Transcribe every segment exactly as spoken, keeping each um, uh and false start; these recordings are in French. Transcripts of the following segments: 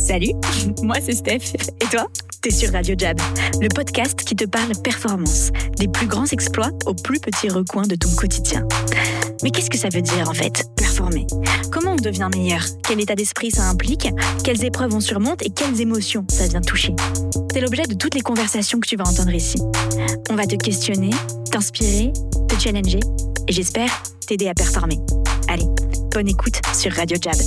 Salut, moi c'est Steph. Et toi? T'es sur Radio Jab, le podcast qui te parle performance, des plus grands exploits aux plus petits recoins de ton quotidien. Mais qu'est-ce que ça veut dire en fait, performer? Comment on devient meilleur? Quel état d'esprit ça implique? Quelles épreuves on surmonte et quelles émotions ça vient toucher? C'est l'objet de toutes les conversations que tu vas entendre ici. On va te questionner, t'inspirer, te challenger et j'espère t'aider à performer. Allez, bonne écoute sur Radio Jab.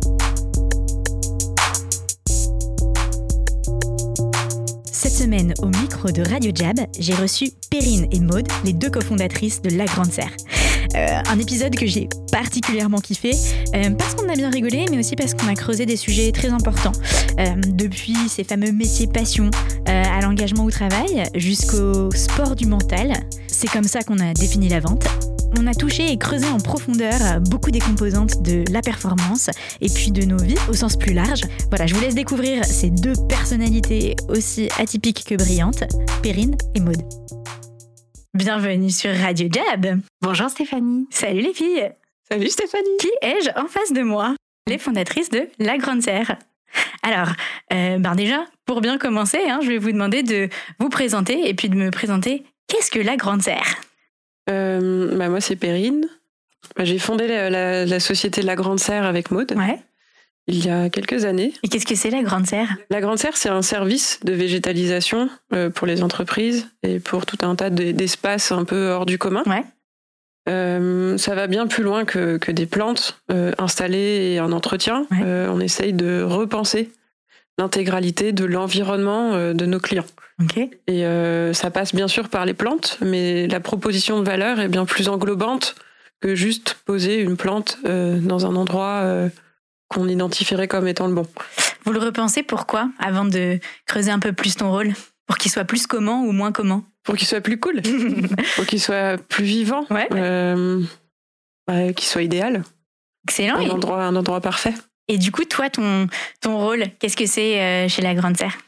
Cette semaine, au micro de Radio Jab, j'ai reçu Perrine et Maude, les deux cofondatrices de La Grande Serre. Euh, un épisode que j'ai particulièrement kiffé, euh, parce qu'on a bien rigolé, mais aussi parce qu'on a creusé des sujets très importants. Euh, depuis ces fameux métiers passion, euh, à l'engagement au travail, jusqu'au sport du mental. C'est comme ça qu'on a défini la vente. On a touché et creusé en profondeur beaucoup des composantes de la performance et puis de nos vies au sens plus large. Voilà, je vous laisse découvrir ces deux personnalités aussi atypiques que brillantes, Perrine et Maude. Bienvenue sur Radio Jab. Bonjour Stéphanie. Salut les filles. Salut Stéphanie. Qui ai-je en face de moi? Les fondatrices de La Grande Serre. Alors, euh, ben déjà, pour bien commencer, hein, je vais vous demander de vous présenter et puis de me présenter qu'est-ce que La Grande Serre? Euh, bah moi, c'est Perrine. Bah, j'ai fondé la, la, la société La Grande Serre avec Maude ouais. il y a quelques années. Et qu'est-ce que c'est La Grande Serre? La Grande Serre, c'est un service de végétalisation euh, pour les entreprises et pour tout un tas de, d'espaces un peu hors du commun. Ouais. Euh, ça va bien plus loin que, que des plantes euh, installées et un entretien. Ouais. Euh, on essaye de repenser l'intégralité de l'environnement euh, de nos clients. Okay. Et euh, ça passe bien sûr par les plantes, mais la proposition de valeur est bien plus englobante que juste poser une plante euh, dans un endroit euh, qu'on identifierait comme étant le bon. Vous le repensez pourquoi, avant de creuser un peu plus ton rôle? Pour qu'il soit plus comment ou moins comment? Pour qu'il soit plus cool, pour qu'il soit plus vivant, ouais. euh, bah, qu'il soit idéal. Excellent. Un endroit, un endroit parfait. Et du coup, toi, ton, ton rôle, qu'est-ce que c'est euh, chez La Grande Serre?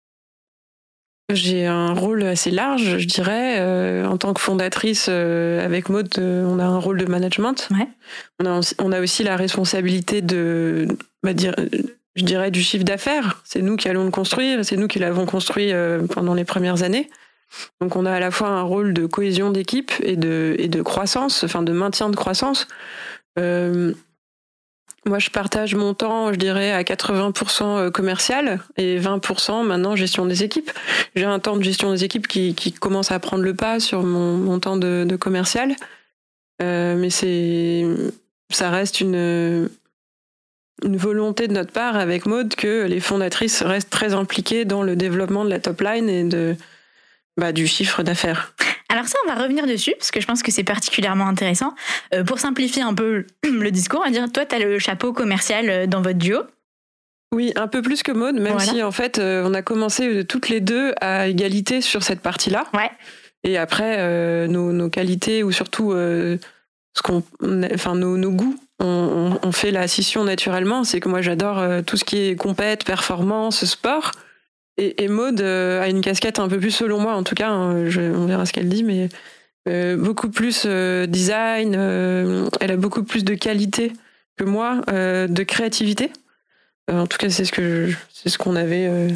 J'ai un rôle assez large, je dirais. Euh, en tant que fondatrice, euh, avec Maude, euh, on a un rôle de management. Ouais. On a, on a aussi la responsabilité de, bah, dire, je dirais, du chiffre d'affaires. C'est nous qui allons le construire, c'est nous qui l'avons construit euh, pendant les premières années. Donc on a à la fois un rôle de cohésion d'équipe et de, et de croissance, enfin de maintien de croissance. Euh, Moi, je partage mon temps, je dirais, à quatre-vingts pour cent commercial et vingt pour cent maintenant gestion des équipes. J'ai un temps de gestion des équipes qui, qui commence à prendre le pas sur mon, mon temps de, de commercial. Euh, mais c'est, ça reste une, une volonté de notre part avec Maude que les fondatrices restent très impliquées dans le développement de la top line et de, bah, du chiffre d'affaires. Alors ça, on va revenir dessus, parce que je pense que c'est particulièrement intéressant. Euh, pour simplifier un peu le discours, on va dire, toi, tu as le chapeau commercial dans votre duo. Oui, un peu plus que Maude, même voilà. si en fait, euh, on a commencé toutes les deux à égalité sur cette partie-là. Ouais. Et après, euh, nos, nos qualités, ou surtout euh, ce qu'on, enfin, nos, nos goûts, on, on fait la scission naturellement. C'est que moi, j'adore euh, tout ce qui est compète, performance, sport. Et, et Maude euh, a une casquette un peu plus, selon moi en tout cas, hein, je, on verra ce qu'elle dit, mais euh, beaucoup plus euh, design, euh, elle a beaucoup plus de qualité que moi, euh, de créativité. Euh, en tout cas, c'est ce que je, c'est ce qu'on avait, euh,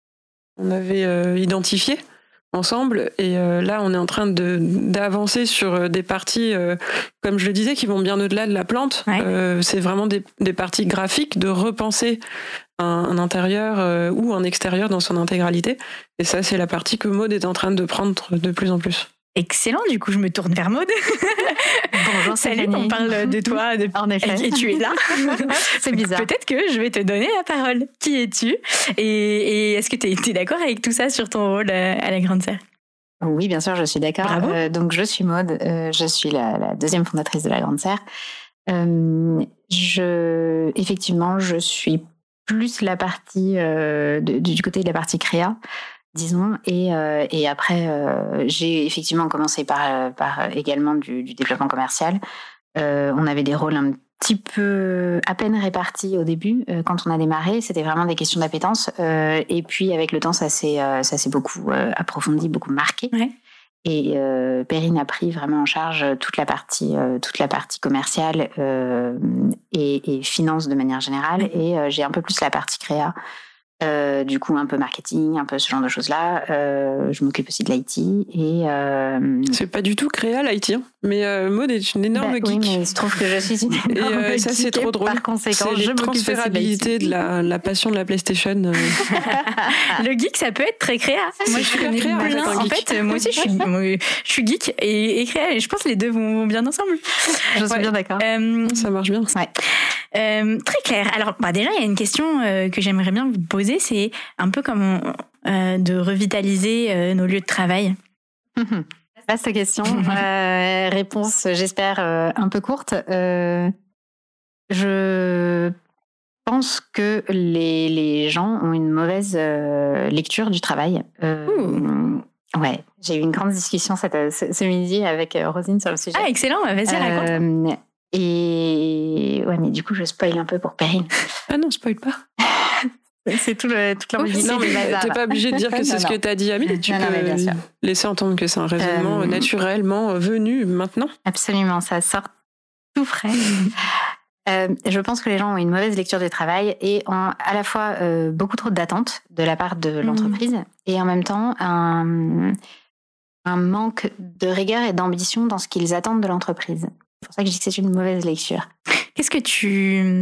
on avait euh, identifié ensemble. Et euh, là, on est en train de, d'avancer sur des parties, euh, comme je le disais, qui vont bien au-delà de la plante. Ouais. Euh, c'est vraiment des, des parties graphiques, de repenser un, un intérieur euh, ou un extérieur dans son intégralité. Et ça, c'est la partie que Maude est en train de prendre de plus en plus. Excellent, du coup je me tourne vers Maude. Bonjour Salut, on parle de toi, de... en effet. Et tu es là. C'est bizarre. Peut-être que je vais te donner la parole. Qui es-tu? Et, et est-ce que tu es d'accord avec tout ça sur ton rôle à La Grande Serre? Oui, bien sûr, je suis d'accord. Bravo. Euh, donc je suis Maude, euh, je suis la, la deuxième fondatrice de La Grande Serre. Euh, je, effectivement, je suis plus la partie euh, de, du côté de la partie créa. Disons, et, euh, et après, euh, j'ai effectivement commencé par, par également du, du développement commercial. Euh, on avait des rôles un petit peu à peine répartis au début, euh, quand on a démarré. C'était vraiment des questions d'appétence. Euh, et puis, avec le temps, ça s'est, euh, ça s'est beaucoup euh, approfondi, beaucoup marqué. Ouais. Et euh, Perrine a pris vraiment en charge toute la partie, euh, toute la partie commerciale euh, et, et finance de manière générale. Et euh, j'ai un peu plus la partie créa. Euh, du coup, un peu marketing, un peu ce genre de choses-là. Euh, je m'occupe aussi de l'I T. Et, euh... C'est pas du tout créa l'I T, hein. Mais euh, Maud est une énorme bah, geek. Oui, mais il se trouve que je suis une énorme et euh, geek. ça, c'est trop drôle. Par conséquent, c'est je les transférabilités de, de la, la passion de la PlayStation. Euh... Le geek, ça peut être très créa. Moi, je connais créa, plein. en fait, en fait, moi aussi, je suis, moi, je suis geek et, et créa. Et je pense que les deux vont bien ensemble. Je suis ouais. bien d'accord. Euh, ça marche bien. Ouais. Euh, très clair. Alors, bah déjà, il y a une question euh, que j'aimerais bien vous poser, c'est un peu comme on, euh, de revitaliser euh, nos lieux de travail. Vaste question. euh, réponse, j'espère, euh, un peu courte. Euh, je pense que les, les gens ont une mauvaise euh, lecture du travail. Euh, ouais, j'ai eu une grande discussion cette, ce, ce midi avec Rosine sur le sujet. Ah, excellent. Vas-y, raconte. Euh, Et ouais, mais du coup, je spoil un peu pour Perrine. Ah non, spoil pas. C'est tout le, toute l'ambiguïté. Non, mais t'es pas obligé de dire que c'est non, ce non. que t'as dit, Amélie. Tu non, peux non, bien laisser entendre que c'est un raisonnement euh, naturellement venu maintenant. Absolument, ça sort tout frais. euh, je pense que les gens ont une mauvaise lecture du travail et ont à la fois euh, beaucoup trop d'attentes de la part de l'entreprise mmh. et en même temps un, un manque de rigueur et d'ambition dans ce qu'ils attendent de l'entreprise. C'est pour ça que je dis que c'est une mauvaise lecture. Qu'est-ce que tu,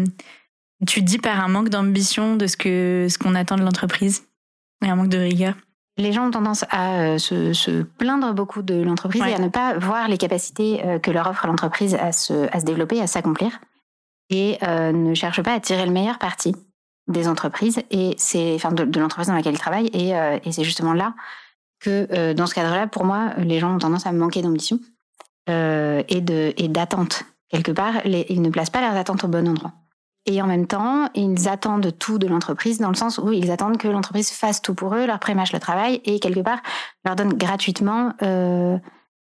tu dis par un manque d'ambition de ce, que, ce qu'on attend de l'entreprise et un manque de rigueur? Les gens ont tendance à euh, se, se plaindre beaucoup de l'entreprise ouais. et à ne pas voir les capacités euh, que leur offre l'entreprise à se, à se développer, à s'accomplir et euh, ne cherchent pas à tirer le meilleur parti des entreprises et c'est, enfin, de, de l'entreprise dans laquelle ils travaillent. Et, euh, et c'est justement là que, euh, dans ce cadre-là, pour moi, les gens ont tendance à manquer d'ambition. Euh, et, de, et d'attente. Quelque part, les, ils ne placent pas leurs attentes au bon endroit. Et en même temps, ils attendent tout de l'entreprise dans le sens où ils attendent que l'entreprise fasse tout pour eux, leur prémâche le travail et quelque part leur donne gratuitement euh,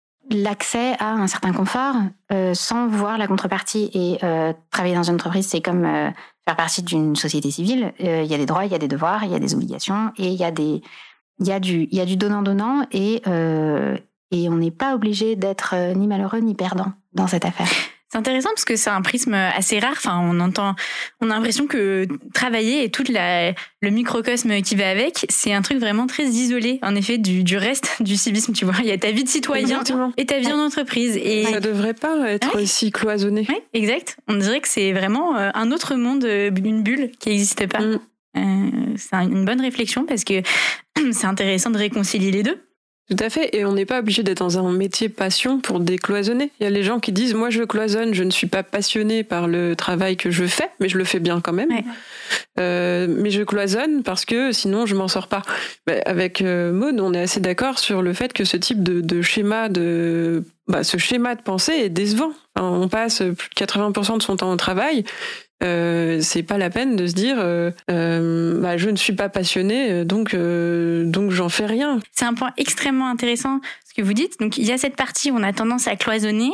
l'accès à un certain confort euh, sans voir la contrepartie. Et euh, travailler dans une entreprise, c'est comme euh, faire partie d'une société civile. Il euh, y a des droits, il y a des devoirs, il y a des obligations et il y a des, il y a du, il y a du donnant-donnant et euh, Et on n'est pas obligé d'être ni malheureux ni perdant dans cette affaire. C'est intéressant parce que c'est un prisme assez rare. Enfin, on entend, on a l'impression que travailler et tout la, le microcosme qui va avec, c'est un truc vraiment très isolé, en effet, du, du reste du civisme. Tu vois, il y a ta vie de citoyen Exactement. Et ta vie ouais. en entreprise. Et ça devrait pas être ouais. si cloisonné. Oui, exact. On dirait que c'est vraiment un autre monde, une bulle qui n'existe pas. Mm. Euh, c'est une bonne réflexion parce que c'est intéressant de réconcilier les deux. Tout à fait, et on n'est pas obligé d'être dans un métier passion pour décloisonner. Il y a les gens qui disent « moi je cloisonne, je ne suis pas passionné par le travail que je fais, mais je le fais bien quand même. Ouais. Euh, mais je cloisonne parce que sinon je m'en sors pas. » bah, Avec euh, Maud, on est assez d'accord sur le fait que ce type de, de schéma de... Bah, ce schéma de pensée est décevant. Enfin, on passe plus de quatre-vingts pour cent de son temps au travail. Euh, c'est pas la peine de se dire euh, euh, bah, je ne suis pas passionnée donc euh, donc j'en fais rien. C'est un point extrêmement intéressant ce que vous dites. Donc il y a cette partie où on a tendance à cloisonner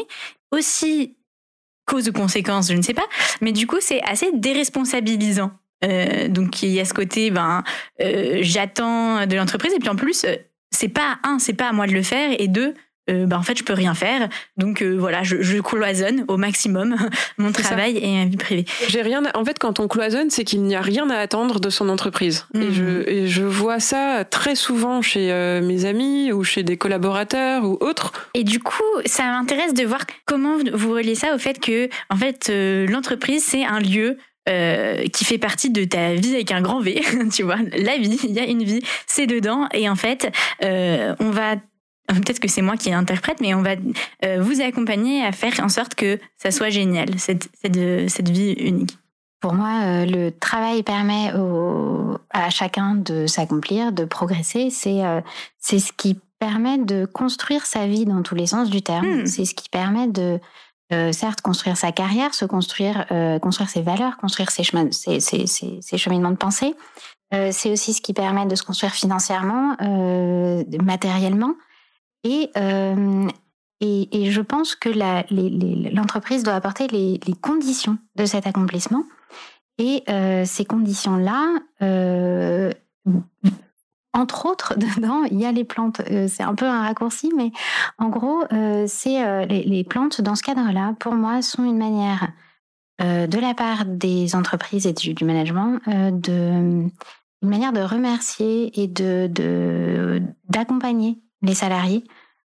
aussi cause ou conséquence, je ne sais pas, mais du coup c'est assez déresponsabilisant. Euh, donc il y a ce côté ben euh, j'attends de l'entreprise et puis en plus c'est pas un c'est pas à moi de le faire et deux Euh, bah en fait je peux rien faire donc euh, voilà je, je cloisonne au maximum mon c'est travail ça. Et ma vie privée. J'ai rien à... en fait quand on cloisonne c'est qu'il n'y a rien à attendre de son entreprise mmh. et, je, et je vois ça très souvent chez euh, mes amis ou chez des collaborateurs ou autres. Et du coup ça m'intéresse de voir comment vous reliez ça au fait que en fait euh, l'entreprise c'est un lieu Euh, qui fait partie de ta vie avec un grand V, tu vois, la vie, il y a une vie, c'est dedans et en fait euh, on va peut-être que c'est moi qui interprète, mais on va euh, vous accompagner à faire en sorte que ça soit génial, cette, cette, cette vie unique. Pour moi, euh, le travail permet au, à chacun de s'accomplir, de progresser. C'est, euh, c'est ce qui permet de construire sa vie dans tous les sens du terme. Mmh. C'est ce qui permet de, euh, certes, construire sa carrière, se construire, euh, construire ses valeurs, construire ses, chemins, ses, ses, ses, ses cheminements de pensée. Euh, c'est aussi ce qui permet de se construire financièrement, euh, matériellement. Et, euh, et, et je pense que la, les, les, l'entreprise doit apporter les, les conditions de cet accomplissement. Et euh, ces conditions-là, euh, entre autres, dedans, il y a les plantes. Euh, c'est un peu un raccourci, mais en gros, euh, c'est euh, les, les plantes, dans ce cadre-là, pour moi, sont une manière, euh, de la part des entreprises et du, du management, euh, de, une manière de remercier et de, de, d'accompagner les salariés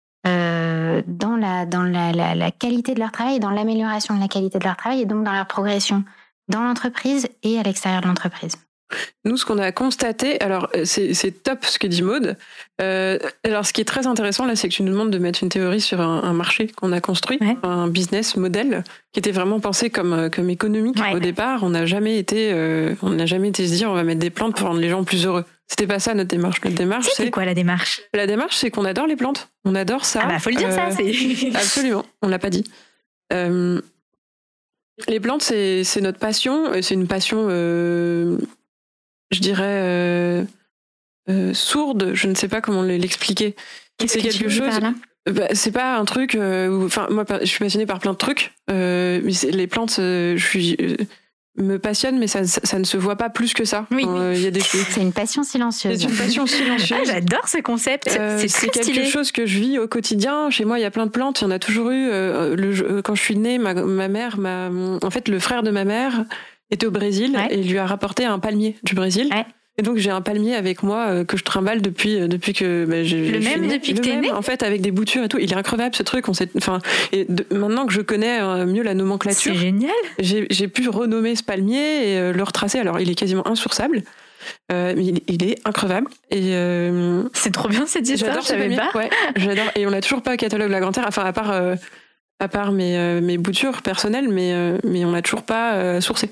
euh, dans, la, dans la, la, la qualité de leur travail, dans l'amélioration de la qualité de leur travail et donc dans leur progression dans l'entreprise et à l'extérieur de l'entreprise. Nous, ce qu'on a constaté, alors c'est, c'est top ce que dit Maud. Euh, alors, ce qui est très intéressant là, c'est que tu nous demandes de mettre une théorie sur un, un marché qu'on a construit, ouais. un business model qui était vraiment pensé comme comme économique ouais. au départ. On n'a jamais été, euh, on n'a jamais été se dire on va mettre des plantes pour rendre les gens plus heureux. C'était pas ça notre démarche. Notre démarche, c'est, c'est quoi la démarche ? La démarche, c'est qu'on adore les plantes. On adore ça. Ah bah faut le dire euh, ça. C'est... Absolument. On l'a pas dit. Euh, les plantes, c'est c'est notre passion. C'est une passion. Euh, je dirais euh, euh, sourde, je ne sais pas comment l'expliquer. Qu'est-ce c'est que quelque tu veux chose. par là ? Bah, c'est pas un truc. Enfin, euh, moi, je suis passionnée par plein de trucs. Euh, mais c'est, les plantes, euh, je suis, euh, me passionnent, mais ça, ça, ça ne se voit pas plus que ça. Oui. Euh, y a des... C'est une passion silencieuse. C'est une passion silencieuse. Ah, j'adore ce concept. Euh, c'est c'est très quelque stylé. chose que je vis au quotidien. Chez moi, il y a plein de plantes. Il y en a toujours eu. Euh, le, quand je suis née, ma, ma mère, ma, en fait, le frère de ma mère était au Brésil ouais. et lui a rapporté un palmier du Brésil. Ouais. Et donc j'ai un palmier avec moi euh, que je trimballe depuis euh, depuis que bah, j'ai le même né, depuis que t'es même, née. En fait avec des boutures et tout. Il est incroyable ce truc. On s'est, enfin et de, maintenant que je connais euh, mieux la nomenclature, c'est génial. J'ai j'ai pu renommer ce palmier et euh, le retracer. Alors il est quasiment insourçable. Euh, mais il, il est incroyable et euh, c'est trop bien cette histoire. J'adore ce palmier. Pas. Ouais, j'adore. Et on l'a toujours pas au catalogue de la Grande Terre. Enfin à part euh, à part mes euh, mes boutures personnelles, mais euh, mais on l'a toujours pas euh, sourcé.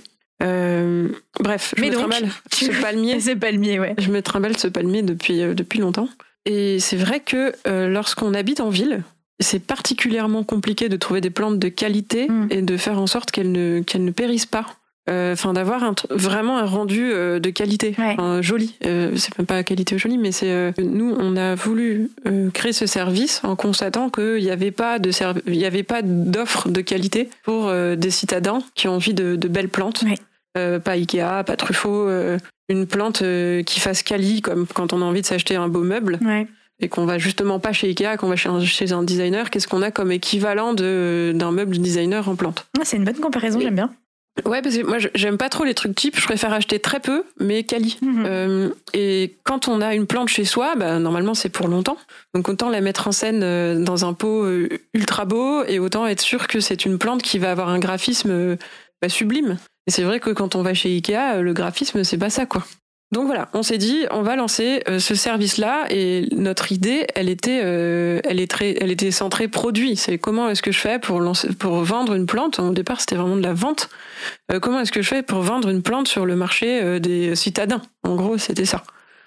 Euh, bref, je Mais me donc, trimballe ce palmier. Ce palmier, ouais. Je me trimballe ce palmier depuis, euh, depuis longtemps. Et c'est vrai que euh, lorsqu'on habite en ville, c'est particulièrement compliqué de trouver des plantes de qualité mm. et de faire en sorte qu'elles ne, qu'elles ne périssent pas. Enfin, euh, d'avoir un, vraiment un rendu euh, de qualité, ouais. enfin, joli. Euh, c'est même pas qualité ou joli, mais c'est euh, nous, on a voulu euh, créer ce service en constatant qu'il n'y avait pas de serv- il y avait pas d'offre de qualité pour euh, des citadins qui ont envie de, de belles plantes. Ouais. Euh, pas Ikea, pas Truffaut, euh, une plante euh, qui fasse quali, comme quand on a envie de s'acheter un beau meuble, ouais. et qu'on va justement pas chez Ikea, qu'on va chez un, chez un designer, qu'est-ce qu'on a comme équivalent de, d'un meuble designer en plante ? Ah, c'est une bonne comparaison, et... j'aime bien. Ouais, parce que moi j'aime pas trop les trucs types, je préfère acheter très peu, mais quali. Mmh. Euh, et quand on a une plante chez soi, bah, normalement c'est pour longtemps. Donc autant la mettre en scène euh, dans un pot euh, ultra beau, et autant être sûr que c'est une plante qui va avoir un graphisme euh, bah, sublime. Et c'est vrai que quand on va chez Ikea, le graphisme c'est pas ça, quoi. Donc voilà, on s'est dit, on va lancer euh, ce service-là, et notre idée, elle était, euh, elle est très, elle était centrée produit. C'est comment est-ce que je fais pour lancer, pour vendre une plante. Au départ, c'était vraiment de la vente. Euh, comment est-ce que je fais pour vendre une plante sur le marché euh, des citadins ? En gros, c'était ça.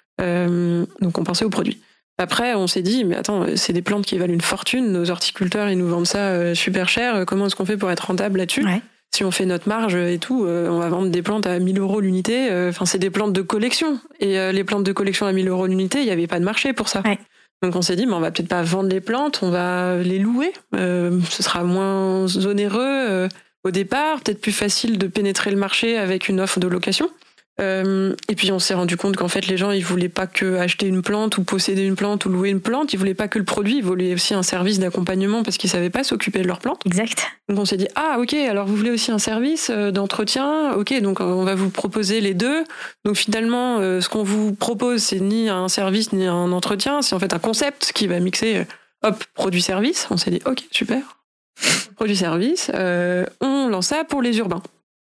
Euh, donc on pensait aux produits. Après, on s'est dit, mais attends, c'est des plantes qui valent une fortune. Nos horticulteurs, ils nous vendent ça euh, super cher. Comment est-ce qu'on fait pour être rentable là-dessus ? Ouais. Si on fait notre marge et tout, euh, on va vendre des plantes à mille euros l'unité. Enfin, euh, c'est des plantes de collection. Et euh, les plantes de collection à mille euros l'unité, il n'y avait pas de marché pour ça. Ouais. Donc on s'est dit, mais on va peut-être pas vendre les plantes, on va les louer. Euh, ce sera moins onéreux euh, au départ, peut-être plus facile de pénétrer le marché avec une offre de location. Euh, et puis on s'est rendu compte qu'en fait les gens ils voulaient pas que acheter une plante ou posséder une plante ou louer une plante, ils voulaient pas que le produit, ils voulaient aussi un service d'accompagnement parce qu'ils savaient pas s'occuper de leurs plantes. Exact. Donc on s'est dit ah ok, alors vous voulez aussi un service d'entretien, ok, donc on va vous proposer les deux. Donc finalement euh, ce qu'on vous propose c'est ni un service ni un entretien, c'est en fait un concept qui va mixer hop produit service. On s'est dit ok super produit service, euh, on lance ça pour les urbains.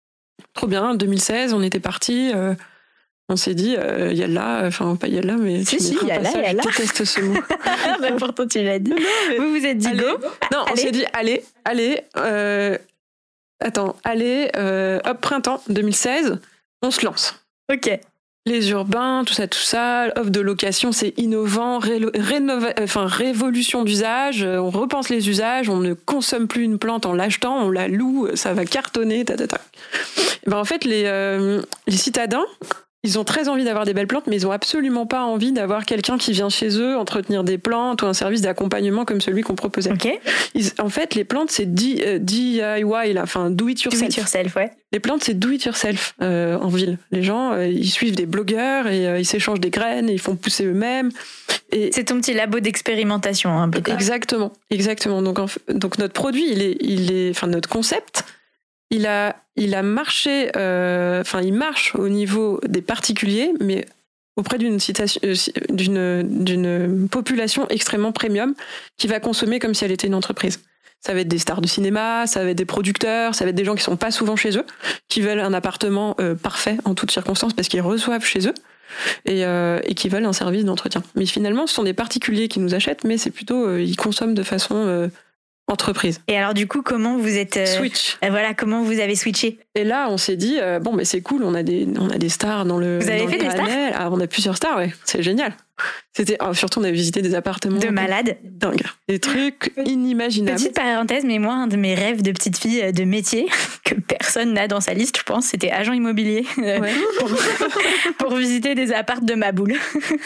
Trop bien, deux mille seize, on était partis, euh, on s'est dit, euh, Yalla, enfin pas Yalla, mais... Si, si, Yalla, Yalla. Je déteste ce mot. Mais pourtant tu l'as dit. Non, mais... Vous vous êtes dit allez. go. Non, allez. On s'est dit, allez, allez, euh, attends, allez, euh, hop, printemps deux mille seize, on se lance. Ok. Les urbains, tout ça, tout ça, offre de location, c'est innovant, ré- rénova- enfin, révolution d'usage, on repense les usages, on ne consomme plus une plante en l'achetant, on la loue, ça va cartonner, ta, ta, ta. Et ben, en fait, les, euh, les citadins, ils ont très envie d'avoir des belles plantes, mais ils ont absolument pas envie d'avoir quelqu'un qui vient chez eux entretenir des plantes ou un service d'accompagnement comme celui qu'on proposait. Okay. Ils, en fait, les plantes, c'est D, euh, D I Y, là, enfin do it yourself. Do it yourself, ouais. Les plantes, c'est do it yourself euh, en ville. Les gens, euh, ils suivent des blogueurs et euh, ils s'échangent des graines et ils font pousser eux-mêmes. Et c'est ton petit labo d'expérimentation, un peu. Quoi. Exactement, exactement. Donc, en, donc notre produit, il est, il est, enfin notre concept. Il a, il a marché, euh, enfin, il marche au niveau des particuliers, mais auprès d'une, citation, euh, d'une, d'une population extrêmement premium qui va consommer comme si elle était une entreprise. Ça va être des stars de cinéma, ça va être des producteurs, ça va être des gens qui sont pas souvent chez eux, qui veulent un appartement euh, parfait en toutes circonstances parce qu'ils reçoivent chez eux et, euh, et qui veulent un service d'entretien. Mais finalement, ce sont des particuliers qui nous achètent, mais c'est plutôt, euh, ils consomment de façon... Euh, entreprise. Et alors du coup, comment vous êtes... Euh, Switch. Euh, voilà, comment vous avez switché? Et là, on s'est dit, euh, bon, mais c'est cool, on a des, on a des stars dans le Vous avez dans fait le des panel. stars? Ah, on a plusieurs stars, ouais. C'est génial. C'était, oh, surtout, on a visité des appartements... De malades. Dingue. Des trucs inimaginables. Petite parenthèse, mais moi, un de mes rêves de petite fille de métier, que personne n'a dans sa liste, je pense, c'était agent immobilier. Ouais. pour, pour visiter des appartes de ma boule.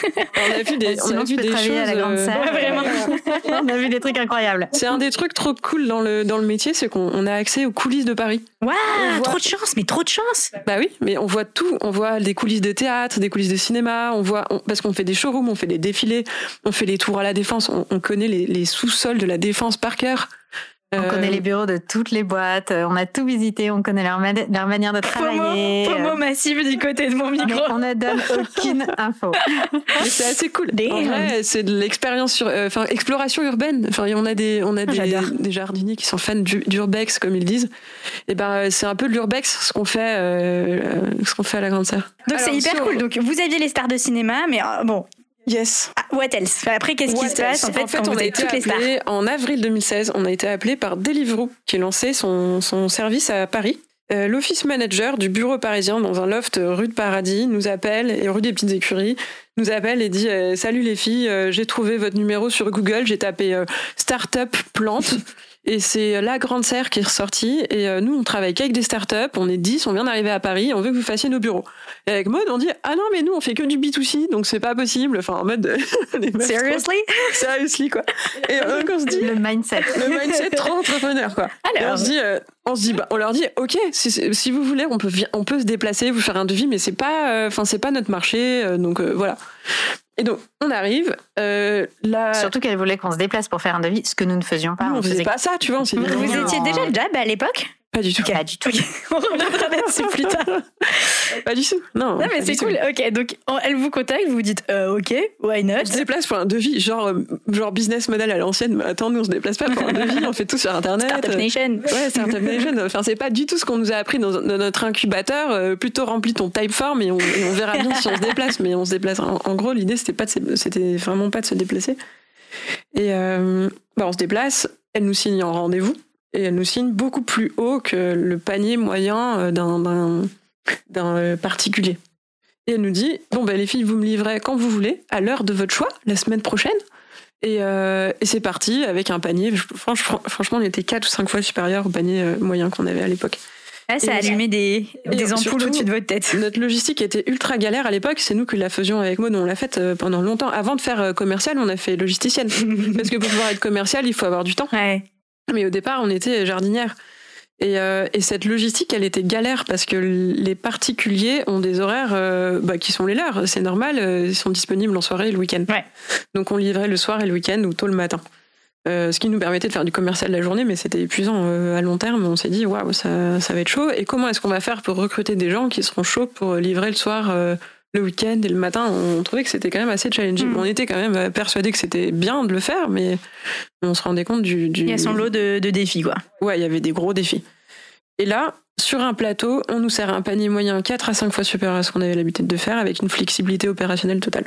On a vu des, on a vu des choses... à la grande euh, salle. Ouais, vraiment. On a vu des trucs incroyables. C'est un des trucs trop cool dans le, dans le métier, c'est qu'on on a accès aux coulisses de Paris. Waouh, voit... trop de chance, mais trop de chance. Bah oui, mais on voit tout. On voit des coulisses de théâtre, des coulisses de cinéma, on voit, on, parce qu'on fait des showrooms, on fait des défilés, on fait les tours à la Défense, on, on connaît les, les sous-sols de la Défense par cœur. On euh... connaît les bureaux de toutes les boîtes, on a tout visité, on connaît leur, ma- leur manière de travailler. Promo, promo massive du côté de mon micro. On ne donne aucune info. Mais c'est assez cool. Damn. En vrai, c'est de l'expérience sur, euh, enfin, exploration urbaine. Enfin, on a des, on a des, des jardiniers qui sont fans du, d'urbex, comme ils disent. Et ben, c'est un peu de l'urbex ce qu'on fait, euh, ce qu'on fait à la Grande Serre. Donc Alors, c'est hyper sur... cool. Donc vous aviez les stars de cinéma, mais euh, bon. Yes. Ah, what else? Après, qu'est-ce what qui se passe en fait, en fait quand on vous a avez été toutes les stars? En avril deux mille seize, on a été appelé par Deliveroo qui lançait son, son service à Paris. Euh, l'office manager du bureau parisien dans un loft rue de Paradis nous appelle, et rue des Petites Écuries, nous appelle et dit euh, « Salut les filles, euh, j'ai trouvé votre numéro sur Google, j'ai tapé euh, Startup Plante ». Et c'est La Grande Serre qui est ressortie. Et euh, nous, on travaille qu'avec des startups. On est dix, on vient d'arriver à Paris. On veut que vous fassiez nos bureaux. Et avec Maud, on dit ah non, mais nous, on fait que du B deux C, donc c'est pas possible. Enfin, en mode. Seriously? Seriously, quoi. Et donc, on se dit. Le mindset. Le mindset trop entrepreneur, quoi. Alors, et on se dit, euh, on se dit, bah, on leur dit, ok, si, si vous voulez, on peut, on peut se déplacer, vous faire un devis, mais c'est pas, enfin, euh, c'est pas notre marché. Euh, donc, euh, voilà. Et donc, on arrive. Euh, là... Surtout qu'elle voulait qu'on se déplace pour faire un devis, ce que nous ne faisions pas. Nous, on, on faisait, faisait pas ça, tu vois. On vous vous non. étiez déjà le Jab à l'époque? Pas du tout. Okay. Pas du tout. Okay. On reviendra là-dessus plus tard. Pas du tout. Non, non mais c'est cool. Tout. Ok, donc elle vous contacte, vous vous dites euh, ok, why not? On se déplace pour un devis, genre, genre business model à l'ancienne. Mais attends, nous on se déplace pas pour un devis, on fait tout sur Internet. Startup Nation. Ouais, Startup Nation. Enfin, c'est pas du tout ce qu'on nous a appris dans, dans notre incubateur. Euh, plutôt remplis ton Typeform et on, et on verra bien si on se déplace. Mais on se déplace. En, en gros, l'idée c'était pas, de, c'était vraiment pas de se déplacer. Et euh, bah, on se déplace. Elle nous signe en rendez-vous. Et elle nous signe beaucoup plus haut que le panier moyen d'un, d'un, d'un particulier. Et elle nous dit, bon, ben, les filles, vous me livrez quand vous voulez, à l'heure de votre choix, la semaine prochaine. Et, euh, et c'est parti avec un panier. Franchement, franchement, on était quatre ou cinq fois supérieur au panier moyen qu'on avait à l'époque. Ah, ça a allumé des, des ampoules surtout, au-dessus de votre tête. Notre logistique était ultra galère à l'époque. C'est nous qui la faisions avec Maud. On l'a faite pendant longtemps. Avant de faire commercial, on a fait logisticienne. Parce que pour pouvoir être commercial, il faut avoir du temps. Ouais. Mais au départ, on était jardinière. Et, euh, et cette logistique, elle était galère parce que les particuliers ont des horaires euh, bah, qui sont les leurs. C'est normal, euh, ils sont disponibles en soirée et le week-end. Ouais. Donc on livrait le soir et le week-end ou tôt le matin. Euh, ce qui nous permettait de faire du commercial la journée, mais c'était épuisant euh, à long terme. On s'est dit, waouh, ça, ça va être chaud. Et comment est-ce qu'on va faire pour recruter des gens qui seront chauds pour livrer le soir euh, le week-end et le matin? On trouvait que c'était quand même assez challenging. Mmh. On était quand même persuadés que c'était bien de le faire, mais on se rendait compte du... du... Il y a son lot de, de défis, quoi. Ouais, il y avait des gros défis. Et là, sur un plateau, on nous sert un panier moyen quatre à cinq fois supérieur à ce qu'on avait l'habitude de faire, avec une flexibilité opérationnelle totale.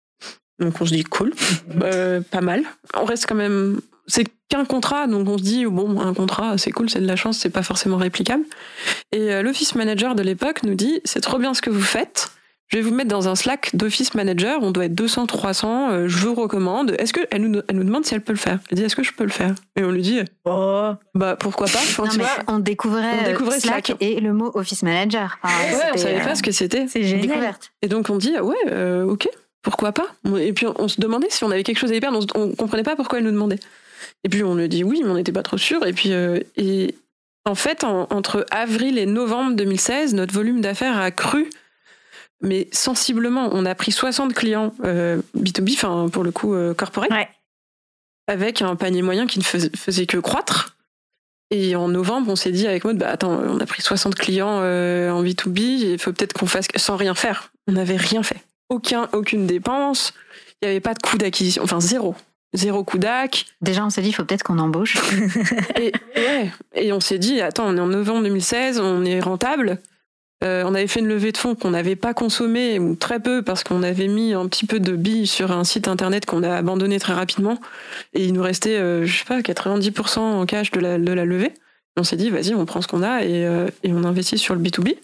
Donc on se dit, cool, euh, pas mal. On reste quand même... C'est qu'un contrat, donc on se dit, bon, un contrat, c'est cool, c'est de la chance, c'est pas forcément réplicable. Et euh, l'office manager de l'époque nous dit, c'est trop bien ce que vous faites, je vais vous mettre dans un Slack d'office manager, on doit être deux cents, trois cents, euh, je vous recommande. Est-ce que elle nous, elle nous demande si elle peut le faire. Elle dit, est-ce que je peux le faire? Et on lui dit, oh, bah pourquoi pas. Enfin, non, tu mais vois, on découvrait, on découvrait Slack, Slack et le mot office manager. Enfin, ouais, on savait pas ce que c'était. C'est génial. Découverte. Et donc on dit, ouais, euh, ok, pourquoi pas. Et puis on, on se demandait si on avait quelque chose à y perdre, on, on comprenait pas pourquoi elle nous demandait. Et puis on lui dit oui, mais on n'était pas trop sûr. Et puis euh, et en fait, en, entre avril et novembre deux mille seize, notre volume d'affaires a cru, mais sensiblement. On a pris soixante clients euh, B deux B, enfin pour le coup euh, corporate, Ouais. avec un panier moyen qui ne faisait, faisait que croître. Et en novembre, on s'est dit avec Maud, bah attends, on a pris soixante clients euh, en B deux B, il faut peut-être qu'on fasse sans rien faire. On n'avait rien fait. Aucun, aucune dépense, il n'y avait pas de coût d'acquisition, enfin zéro. Zéro coup d'acc. Déjà, on s'est dit, il faut peut-être qu'on embauche. et, ouais. et on s'est dit, attends, on est en novembre deux mille seize, on est rentable. Euh, on avait fait une levée de fonds qu'on n'avait pas consommée, ou très peu, parce qu'on avait mis un petit peu de billes sur un site internet qu'on a abandonné très rapidement. Et il nous restait, euh, je sais pas, quatre-vingt-dix pour cent en cash de la, de la levée. Et on s'est dit, vas-y, on prend ce qu'on a et, euh, et on investit sur le B deux B.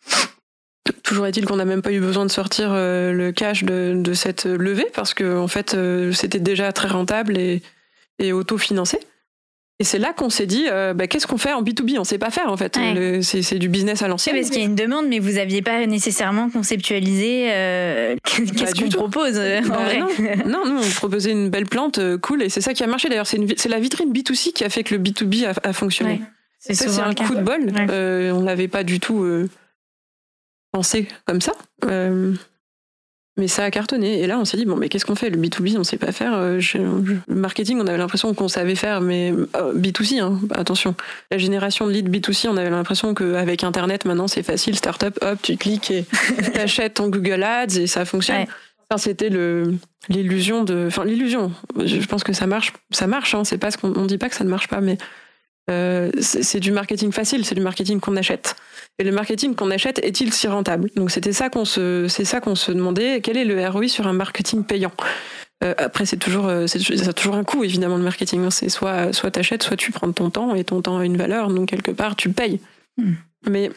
Toujours est-il qu'on n'a même pas eu besoin de sortir euh, le cash de, de cette levée parce que en fait euh, c'était déjà très rentable et, et autofinancé. Et c'est là qu'on s'est dit euh, bah, qu'est-ce qu'on fait en B deux B? On sait pas faire en fait. Ouais. Le, c'est, c'est du business à l'ancienne. Oui, parce qu'il y a une demande, mais vous aviez pas nécessairement conceptualisé euh, qu'est-ce Pas qu'on du tout. propose euh, Bah, en vrai. non. non, nous on proposait une belle plante euh, cool et c'est ça qui a marché. D'ailleurs c'est, une, c'est la vitrine B deux C qui a fait que le B deux B a, a fonctionné. Ouais. C'est ça souvent c'est un le cas. coup de bol. Ouais. Euh, on l'avait pas du tout euh, pensé comme ça. Euh, mais ça a cartonné. Et là, on s'est dit, bon, mais qu'est-ce qu'on fait? Le B deux B, on sait pas faire. Euh, je, je, le marketing, on avait l'impression qu'on savait faire, mais euh, B deux C, hein, attention. La génération de leads B deux C, on avait l'impression qu'avec Internet, maintenant, c'est facile. Startup, hop, tu cliques et t'achètes ton Google Ads et ça fonctionne. Ouais. Enfin, c'était le, l'illusion de... Enfin, l'illusion. Je pense que ça marche. Ça marche, hein, c'est pas ce qu'on on dit pas que ça ne marche pas, mais euh, c'est, c'est du marketing facile, c'est du marketing qu'on achète. Et le marketing qu'on achète est-il si rentable? Donc c'était ça qu'on se, c'est ça qu'on se demandait. Quel est le R O I sur un marketing payant? euh, Après, c'est toujours, c'est, ça a toujours un coût évidemment le marketing. Hein. C'est soit, soit t'achètes, soit tu prends ton temps et ton temps a une valeur. Donc quelque part, tu payes. Mmh. Mais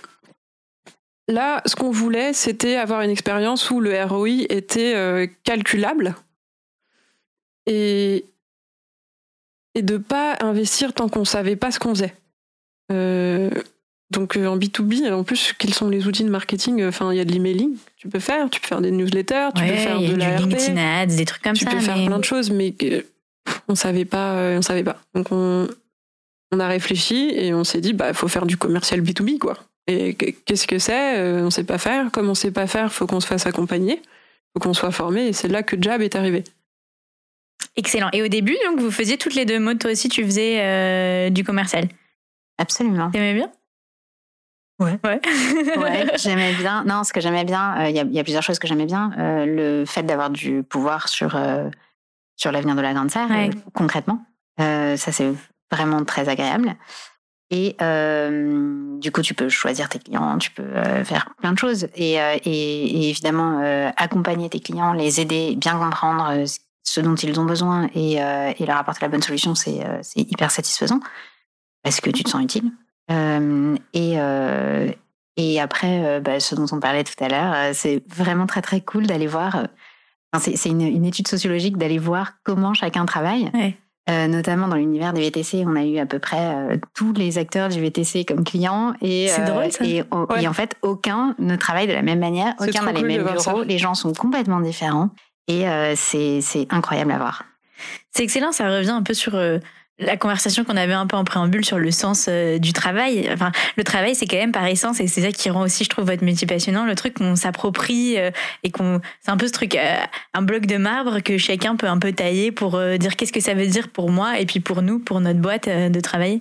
là, ce qu'on voulait, c'était avoir une expérience où le R O I était euh, calculable et et de pas investir tant qu'on savait pas ce qu'on faisait. Euh, Donc en B deux B, en plus, quels sont les outils de marketing? Enfin, il y a de l'emailing, tu peux faire, tu peux faire des newsletters, tu ouais, peux faire de la R P, LinkedIn Ads, des trucs comme tu ça. Tu peux mais... faire plein de choses, mais euh, on savait pas, euh, on savait pas. Donc on, on a réfléchi et on s'est dit, bah, faut faire du commercial B deux B, quoi. Et qu'est-ce que c'est? On sait pas faire. Comme on sait pas faire, faut qu'on se fasse accompagner, faut qu'on soit formé. Et c'est là que Jab est arrivé. Excellent. Et au début, donc, vous faisiez toutes les deux modes. Toi aussi, tu faisais euh, du commercial. Absolument. T'aimais bien? Ouais. Ouais. ouais, j'aimais bien. Non, ce que j'aimais bien, il euh, y, y a plusieurs choses que j'aimais bien. Euh, le fait d'avoir du pouvoir sur, euh, sur l'avenir de la Grande Serre, ouais. euh, concrètement. Euh, ça, c'est vraiment très agréable. Et euh, du coup, tu peux choisir tes clients, tu peux euh, faire plein de choses. Et, euh, et, et évidemment, euh, accompagner tes clients, les aider, bien comprendre euh, ce dont ils ont besoin et, euh, et leur apporter la bonne solution, c'est, euh, c'est hyper satisfaisant parce que tu te sens utile. Euh, et, euh, et après, euh, bah, ce dont on parlait tout à l'heure, euh, c'est vraiment très très cool d'aller voir. Euh, enfin, c'est c'est une, une étude sociologique d'aller voir comment chacun travaille. Ouais. Euh, notamment dans l'univers des V T C, on a eu à peu près euh, tous les acteurs du V T C comme clients et, c'est euh, drôle, ça. Et, ouais. et en fait, aucun ne travaille de la même manière, c'est aucun n'a les mêmes bureaux, ça. Les gens sont complètement différents et euh, c'est, c'est incroyable à voir. C'est excellent, ça revient un peu sur euh, la conversation qu'on avait un peu en préambule sur le sens euh, du travail. Enfin, le travail, c'est quand même par essence, et c'est ça qui rend aussi, je trouve, votre métier passionnant, le truc qu'on s'approprie euh, et qu'on... C'est un peu ce truc, euh, un bloc de marbre que chacun peut un peu tailler pour euh, dire qu'est-ce que ça veut dire pour moi et puis pour nous, pour notre boîte euh, de travailler.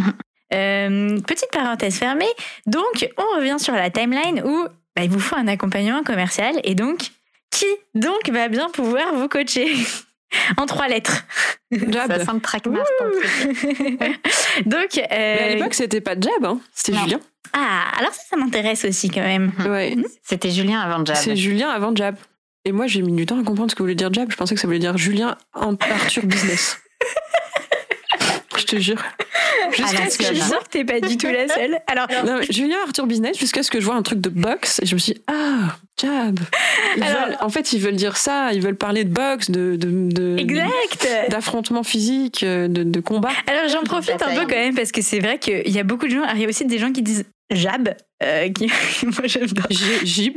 euh, petite parenthèse fermée. Donc, on revient sur la timeline où bah, il vous faut un accompagnement commercial et donc, qui donc va bien pouvoir vous coacher? En trois lettres. Jab. Ça sent le traquenard. Donc, euh... mais à l'époque, c'était pas Jab, hein, c'était non. Julien. Ah, alors ça, ça m'intéresse aussi quand même. Ouais. Mmh. C'était Julien avant Jab. C'est Julien avant Jab. Et moi, j'ai mis du temps à comprendre ce que voulait dire Jab. Je pensais que ça voulait dire Julien Arthur Business. Je te jure. Jusqu'à ce que je suis sûre que t'es pas du tout la seule. Alors, non, Julien Arthur Business, jusqu'à ce que je vois un truc de boxe et je me suis dit, ah, jab. Ils Alors, veulent, en fait, ils veulent dire ça, ils veulent parler de boxe, de, de, de exact. d'affrontement physique, de, de combat. Alors j'en profite un peu quand même parce que c'est vrai qu'il y a beaucoup de gens, il y a aussi des gens qui disent jab, euh, qui moi j'aime bien. Jib.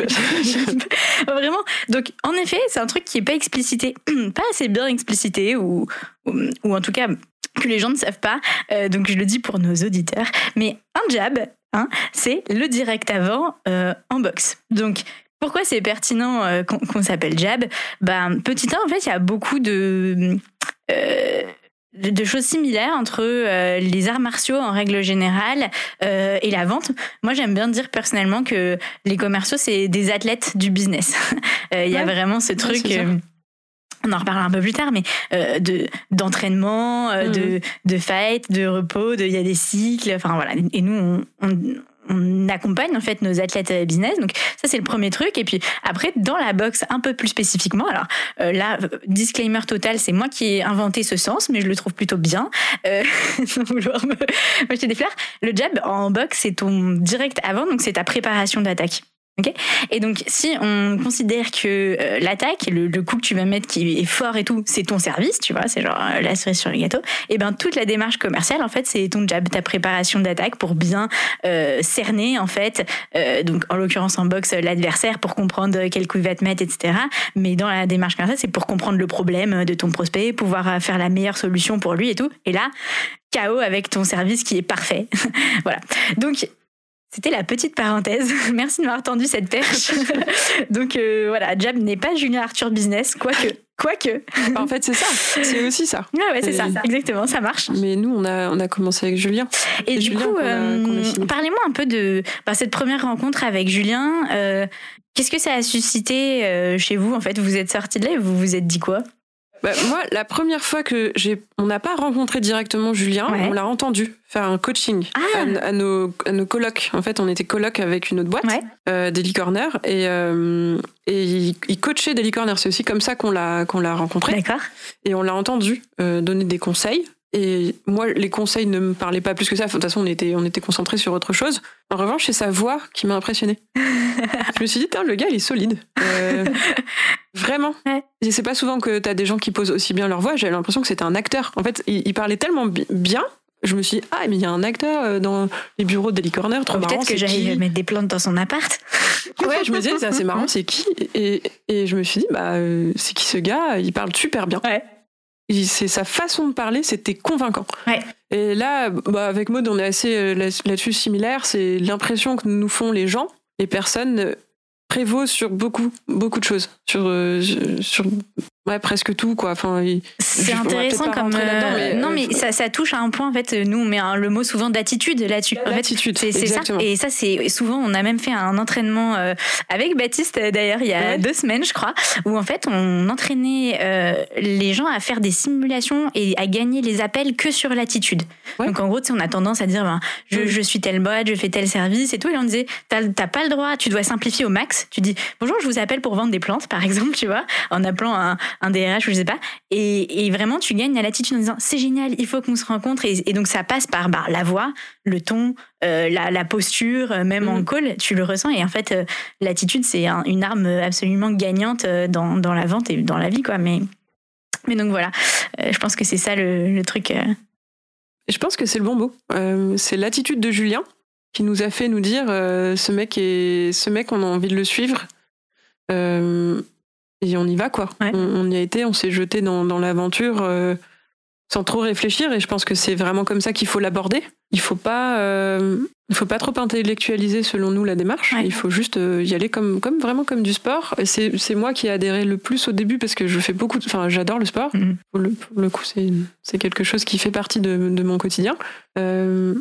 Vraiment. Donc en effet, c'est un truc qui est pas explicité, pas assez bien explicité ou ou, ou en tout cas que les gens ne savent pas. Euh, donc je le dis pour nos auditeurs. Mais un jab, hein, c'est le direct avant euh, en boxe. Donc pourquoi c'est pertinent euh, qu'on, qu'on s'appelle jab ? Ben, petit un, en fait, il y a beaucoup de, euh, de choses similaires entre euh, les arts martiaux en règle générale euh, et la vente. Moi, j'aime bien dire personnellement que les commerciaux, c'est des athlètes du business. Il euh, y ouais. a vraiment ce truc... Ouais, on en reparlera un peu plus tard, mais euh, de d'entraînement, euh, mmh. de de fight, de repos, de il y a des cycles, enfin voilà. Et nous on, on on accompagne en fait nos athlètes business. Donc ça c'est le premier truc. Et puis après dans la boxe un peu plus spécifiquement, alors euh, là disclaimer total, c'est moi qui ai inventé ce sens, mais je le trouve plutôt bien. Euh, sans vouloir me m'acheter des fleurs. Le jab en boxe c'est ton direct avant, donc c'est ta préparation d'attaque. Okay. Et donc, si on considère que euh, l'attaque, le, le coup que tu vas mettre qui est fort et tout, c'est ton service, tu vois, c'est genre euh, la cerise sur le gâteau, et ben toute la démarche commerciale, en fait, c'est ton jab, ta préparation d'attaque pour bien euh, cerner, en fait, euh, donc en l'occurrence en boxe, l'adversaire pour comprendre quel coup il va te mettre, et cetera. Mais dans la démarche commerciale, c'est pour comprendre le problème de ton prospect, pouvoir faire la meilleure solution pour lui et tout. Et là, K O avec ton service qui est parfait. Voilà. Donc, c'était la petite parenthèse. Merci de m'avoir tendu cette perche. Donc euh, voilà, jab n'est pas Julien Arthur Business, quoique. Quoique. En fait, c'est ça. C'est aussi ça. Ouais, ouais, c'est ça. Exactement, ça marche. Mais nous, on a, on a commencé avec Julien. Et c'est du Julien coup, qu'on a, euh, qu'on a parlez-moi un peu de bah, cette première rencontre avec Julien. Euh, qu'est-ce que ça a suscité euh, chez vous, en fait ? Vous êtes sortis de là et vous vous êtes dit quoi ? Bah, moi, la première fois que j'ai, on n'a pas rencontré directement Julien, ouais. on l'a entendu faire un coaching ah. à, à, nos, à nos colocs. En fait, on était colocs avec une autre boîte, ouais. euh, Daily Corner, et, euh, et il, il coachait Daily Corner. C'est aussi comme ça qu'on l'a, qu'on l'a rencontré. D'accord. Et on l'a entendu euh, donner des conseils. Et moi, les conseils ne me parlaient pas plus que ça. De toute façon, on était, on était concentrés sur autre chose. En revanche, c'est sa voix qui m'a impressionnée. Je me suis dit, le gars, il est solide. Euh, vraiment. Ouais. Et c'est pas souvent que t'as des gens qui posent aussi bien leur voix. J'avais l'impression que c'était un acteur. En fait, il, il parlait tellement bi- bien. Je me suis dit, ah, mais il y a un acteur dans les bureaux de Daily Corner, trop marrant. Peut-être que j'allais qui... mettre des plantes dans son appart. Ouais, je me disais, c'est assez marrant, c'est qui ? et, et je me suis dit, bah, euh, c'est qui ce gars ? Il parle super bien. Ouais. C'est sa façon de parler, c'était convaincant. Ouais. Et là, bah, avec Maud, on est assez là-dessus similaire. C'est l'impression que nous font les gens, les personnes, prévaut sur beaucoup, beaucoup de choses, sur, euh, sur ouais, presque tout, quoi. Enfin, il, c'est je, intéressant comme euh, mais, non, euh, mais ça, ça touche à un point. En fait, nous on met un, le mot souvent d'attitude là-dessus. L'attitude, en fait, c'est, c'est ça. Et ça, c'est souvent, on a même fait un entraînement euh, avec Baptiste d'ailleurs il y a ouais. deux semaines, je crois, où en fait on entraînait euh, les gens à faire des simulations et à gagner les appels que sur l'attitude. Ouais. Donc en gros, tu sais, on a tendance à dire, ben, je, mmh. je suis telle boîte, je fais tel service et tout, et on disait, t'as, t'as pas le droit, tu dois simplifier au max. Tu dis, bonjour, je vous appelle pour vendre des plantes, par exemple, tu vois, en appelant un, un D R H ou je sais pas, et, et vraiment tu gagnes à l'attitude en disant, c'est génial, il faut qu'on se rencontre, et, et donc ça passe par bah, la voix, le ton, euh, la, la posture, même mmh. en call, tu le ressens, et en fait, euh, l'attitude, c'est un, une arme absolument gagnante dans, dans la vente et dans la vie, quoi, mais, mais donc voilà, euh, je pense que c'est ça le, le truc. Euh... Et je pense que c'est le bon mot. Euh, c'est l'attitude de Julien qui nous a fait nous dire euh, ce mec est, ce mec, on a envie de le suivre. Euh, et on y va, quoi. Ouais. On, on y a été, on s'est jeté dans, dans l'aventure euh, sans trop réfléchir. Et je pense que c'est vraiment comme ça qu'il faut l'aborder. Il faut pas, euh, il faut pas trop intellectualiser, selon nous, la démarche. Ouais. Il faut juste euh, y aller comme, comme vraiment comme du sport. Et c'est, c'est moi qui ai adhéré le plus au début parce que je fais beaucoup, enfin, j'adore le sport. Mm-hmm. Pour le, pour le coup, c'est, c'est quelque chose qui fait partie de, de mon quotidien. Euh,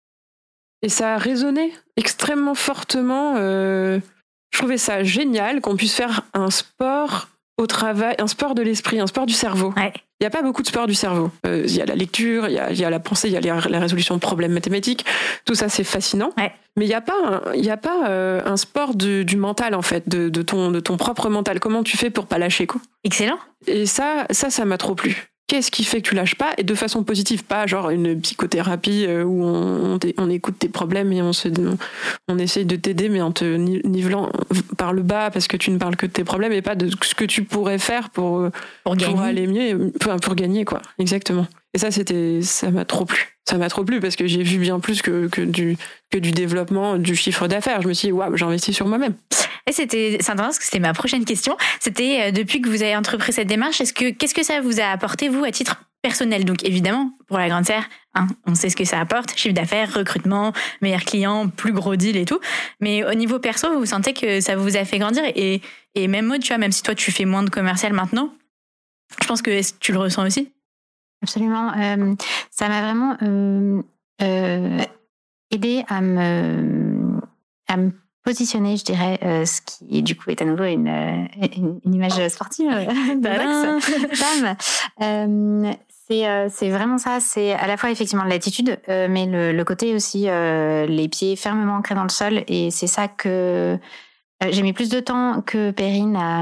et ça a résonné extrêmement fortement. Euh, je trouvais ça génial qu'on puisse faire un sport au travail, un sport de l'esprit, un sport du cerveau. Ouais. Il n'y a pas beaucoup de sport du cerveau. Il euh, y a la lecture, il y a, y a la pensée, il y a la, la résolution de problèmes mathématiques. Tout ça, c'est fascinant. Ouais. Mais il n'y a pas, un, y a pas euh, un sport du, du mental, en fait, de, de, ton, de ton propre mental. Comment tu fais pour pas lâcher, quoi. Excellent. Et ça, ça, ça m'a trop plu. qu'est-ce qui fait que tu lâches pas, et de façon positive, pas genre une psychothérapie où on, on, on écoute tes problèmes et on se on, on essaye de t'aider mais en te nivelant par le bas parce que tu ne parles que de tes problèmes et pas de ce que tu pourrais faire pour pour, pour aller mieux, pour, pour gagner quoi. Exactement. Et ça c'était ça m'a trop plu. Ça m'a trop plu parce que j'ai vu bien plus que que du que du développement du chiffre d'affaires. Je me suis dit waouh, j'ai investi sur moi-même. Et c'était, c'est intéressant parce que c'était ma prochaine question. C'était euh, depuis que vous avez entrepris cette démarche, est-ce que, qu'est-ce que ça vous a apporté, vous, à titre personnel? Donc, évidemment, pour la Grande Serre, hein, on sait ce que ça apporte. Chiffre d'affaires, recrutement, meilleurs clients, plus gros deal et tout. Mais au niveau perso, vous sentez que ça vous a fait grandir? Et, et même Maud, tu vois, même si toi, tu fais moins de commercial maintenant, je pense que tu le ressens aussi. Absolument. Euh, ça m'a vraiment euh, euh, aidé à me, à me positionner, je dirais, euh, ce qui du coup est à nouveau une, une, une image sportive de boxe. Bam. Euh, c'est, euh, c'est vraiment ça. C'est à la fois effectivement l'attitude, euh, mais le, le côté aussi euh, les pieds fermement ancrés dans le sol. Et c'est ça que euh, j'ai mis plus de temps que Perrine à,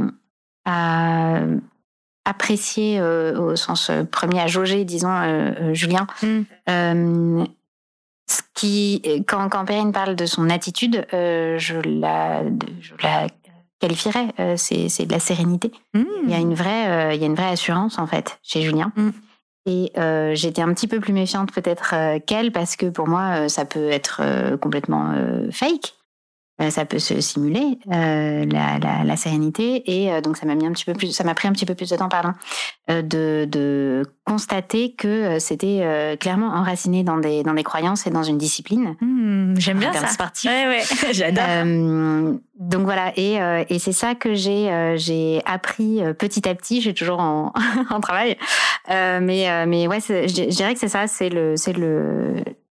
à apprécier euh, au sens premier, à jauger, disons, euh, euh, Julien. Mm. Euh, Ce qui, quand, quand Perrine parle de son attitude, euh, je, la, je la qualifierais, euh, c'est, c'est de la sérénité. Mmh. Il y a une vraie, euh, il y a une vraie assurance en fait chez Julien. Mmh. Et euh, j'étais un petit peu plus méfiante peut-être euh, qu'elle parce que pour moi euh, ça peut être euh, complètement euh, fake. Euh, ça peut se simuler euh, la, la, la sérénité et euh, donc ça m'a mis un petit peu plus, ça m'a pris un petit peu plus de temps, pardon, euh, de, de constater que euh, c'était euh, clairement enraciné dans des dans des croyances et dans une discipline. Mmh, j'aime bien ça. Sportif. Ouais ouais, j'adore. Euh, donc voilà et euh, et c'est ça que j'ai euh, j'ai appris euh, petit à petit. Je suis toujours en en travail, euh, mais euh, mais ouais, c'est, je, je dirais que c'est ça, c'est le c'est le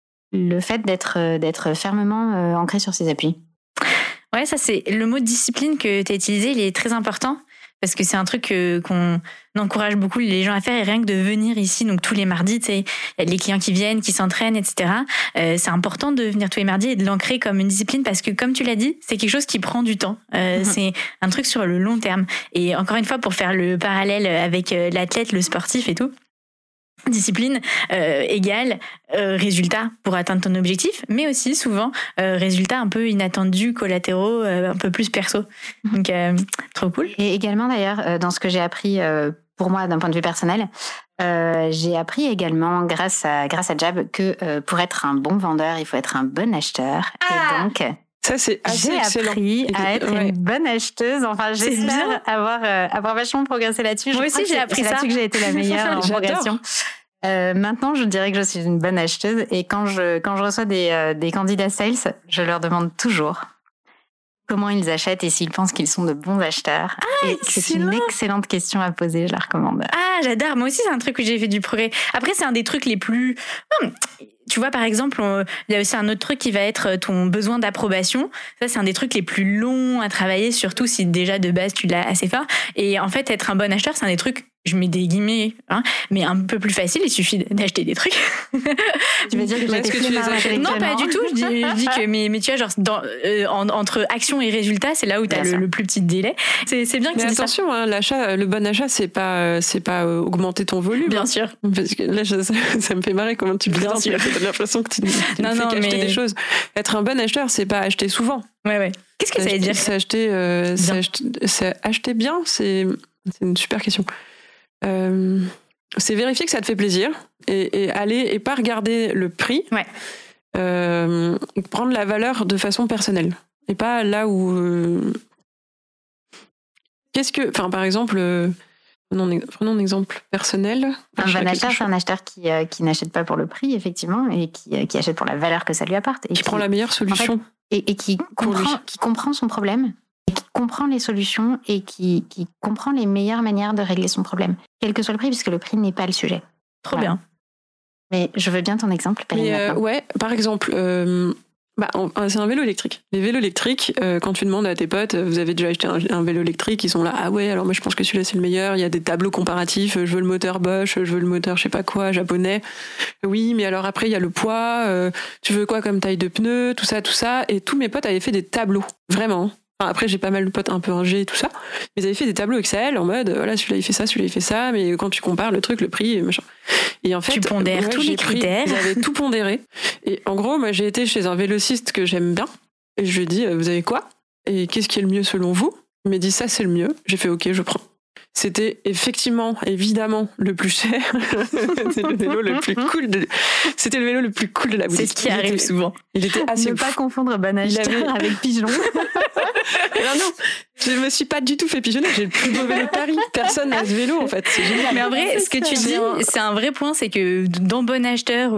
le fait d'être d'être fermement euh, ancré sur ses appuis. Ouais, ça c'est le mot discipline que tu as utilisé, il est très important parce que c'est un truc que, qu'on encourage beaucoup les gens à faire et rien que de venir ici, donc tous les mardis, tu sais, il y a les clients qui viennent, qui s'entraînent, et cetera. Euh, c'est important de venir tous les mardis et de l'ancrer comme une discipline parce que comme tu l'as dit, c'est quelque chose qui prend du temps. Euh, mm-hmm. C'est un truc sur le long terme. Et encore une fois, pour faire le parallèle avec l'athlète, le sportif et tout, discipline euh, égale euh, résultat pour atteindre ton objectif, mais aussi souvent euh, résultats un peu inattendus, collatéraux, euh, un peu plus perso. Donc euh, trop cool. Et également d'ailleurs euh, dans ce que j'ai appris euh, pour moi d'un point de vue personnel, euh, j'ai appris également grâce à grâce à Jab que euh, pour être un bon vendeur, il faut être un bon acheteur. Ah et donc ça, c'est assez j'ai excellent. appris à être ouais. une bonne acheteuse. Enfin, j'espère avoir, euh, avoir vachement progressé là-dessus. Moi aussi, j'ai appris c'est ça. C'est là-dessus que j'ai été la meilleure en progression. Euh, maintenant, je dirais que je suis une bonne acheteuse. Et quand je, quand je reçois des, euh, des candidats sales, je leur demande toujours comment ils achètent et s'ils pensent qu'ils sont de bons acheteurs. Ah, et c'est une excellente question à poser, je la recommande. Ah, j'adore. Moi aussi, c'est un truc où j'ai fait du progrès. Après, c'est un des trucs les plus... Hum, tu vois, par exemple, on, il y a aussi un autre truc qui va être ton besoin d'approbation. Ça, c'est un des trucs les plus longs à travailler, surtout si déjà de base, tu l'as assez fort. Et en fait, être un bon acheteur, c'est un des trucs, je mets des guillemets, hein, mais un peu plus facile. Il suffit d'acheter des trucs. Tu veux dire que, que tu les achètes? Non, pas du tout. Je dis, je dis que, mais, mais tu vois, genre, dans, euh, en, entre action et résultat, c'est là où tu as le, le plus petit délai. C'est, c'est bien que tu mais dis attention, hein, l'achat, le bon achat, c'est pas, c'est pas euh, augmenter ton volume. Bien sûr. Parce que là, ça, ça me fait marrer comment tu bien présentes. T'as l'impression que tu, tu non, ne fais non, qu'acheter mais... des choses. Être un bon acheteur, c'est pas acheter souvent. Ouais, ouais. Qu'est-ce que c'est ça veut dire? C'est acheter, euh, c'est acheter, c'est acheter bien. C'est, c'est une super question. Euh, c'est vérifier que ça te fait plaisir et, et aller et pas regarder le prix. Ouais. Euh, prendre la valeur de façon personnelle et pas là où. Euh, qu'est-ce que, enfin, par exemple. Euh, Prenons, prenons un exemple personnel. Un bon acheteur, c'est un acheteur qui, euh, qui n'achète pas pour le prix, effectivement, et qui, euh, qui achète pour la valeur que ça lui apporte. Et qui, qui prend la meilleure solution. En fait, et, et qui, comprend, qui comprend son problème, et qui comprend les solutions, et qui, qui comprend les meilleures manières de régler son problème. Quel que soit le prix, puisque le prix n'est pas le sujet. Trop voilà. bien. Mais je veux bien ton exemple, Perrine. Mais euh, ouais, par exemple... Euh... Bah, c'est un vélo électrique. Les vélos électriques, euh, quand tu demandes à tes potes, vous avez déjà acheté un, un vélo électrique, ils sont là, ah ouais, alors moi je pense que celui-là c'est le meilleur, il y a des tableaux comparatifs, je veux le moteur Bosch, je veux le moteur je sais pas quoi, japonais. Oui, mais alors après il y a le poids, euh, tu veux quoi comme taille de pneus, tout ça, tout ça. Et tous mes potes avaient fait des tableaux, vraiment. Enfin, après, j'ai pas mal de potes un peu ingé et tout ça. Mais ils avaient fait des tableaux Excel en mode, voilà, celui-là il fait ça, celui-là il fait ça, mais quand tu compares le truc, le prix, machin. Et en fait, tu pondères ouais, tous les pris, critères. Ils avaient tout pondéré. Et en gros, moi, j'ai été chez un vélociste que j'aime bien. Et je lui ai dit, vous avez quoi? Et qu'est-ce qui est le mieux selon vous? Il m'a dit, ça, c'est le mieux. J'ai fait, ok, je prends. C'était effectivement, évidemment, le plus cher. C'était le vélo le plus cool de... C'était le vélo le plus cool de la boutique. C'est ce qui arrive était... souvent. Il était assez Ne ouf. pas confondre bon acheteur avait... avec pigeon. Non, non, je me suis pas du tout fait pigeonner. J'ai le plus beau vélo de Paris. Personne n'a ce vélo, en fait. C'est génial. Mais en vrai, ce que tu dis, c'est un vrai point, c'est que dans bon acheteur ou,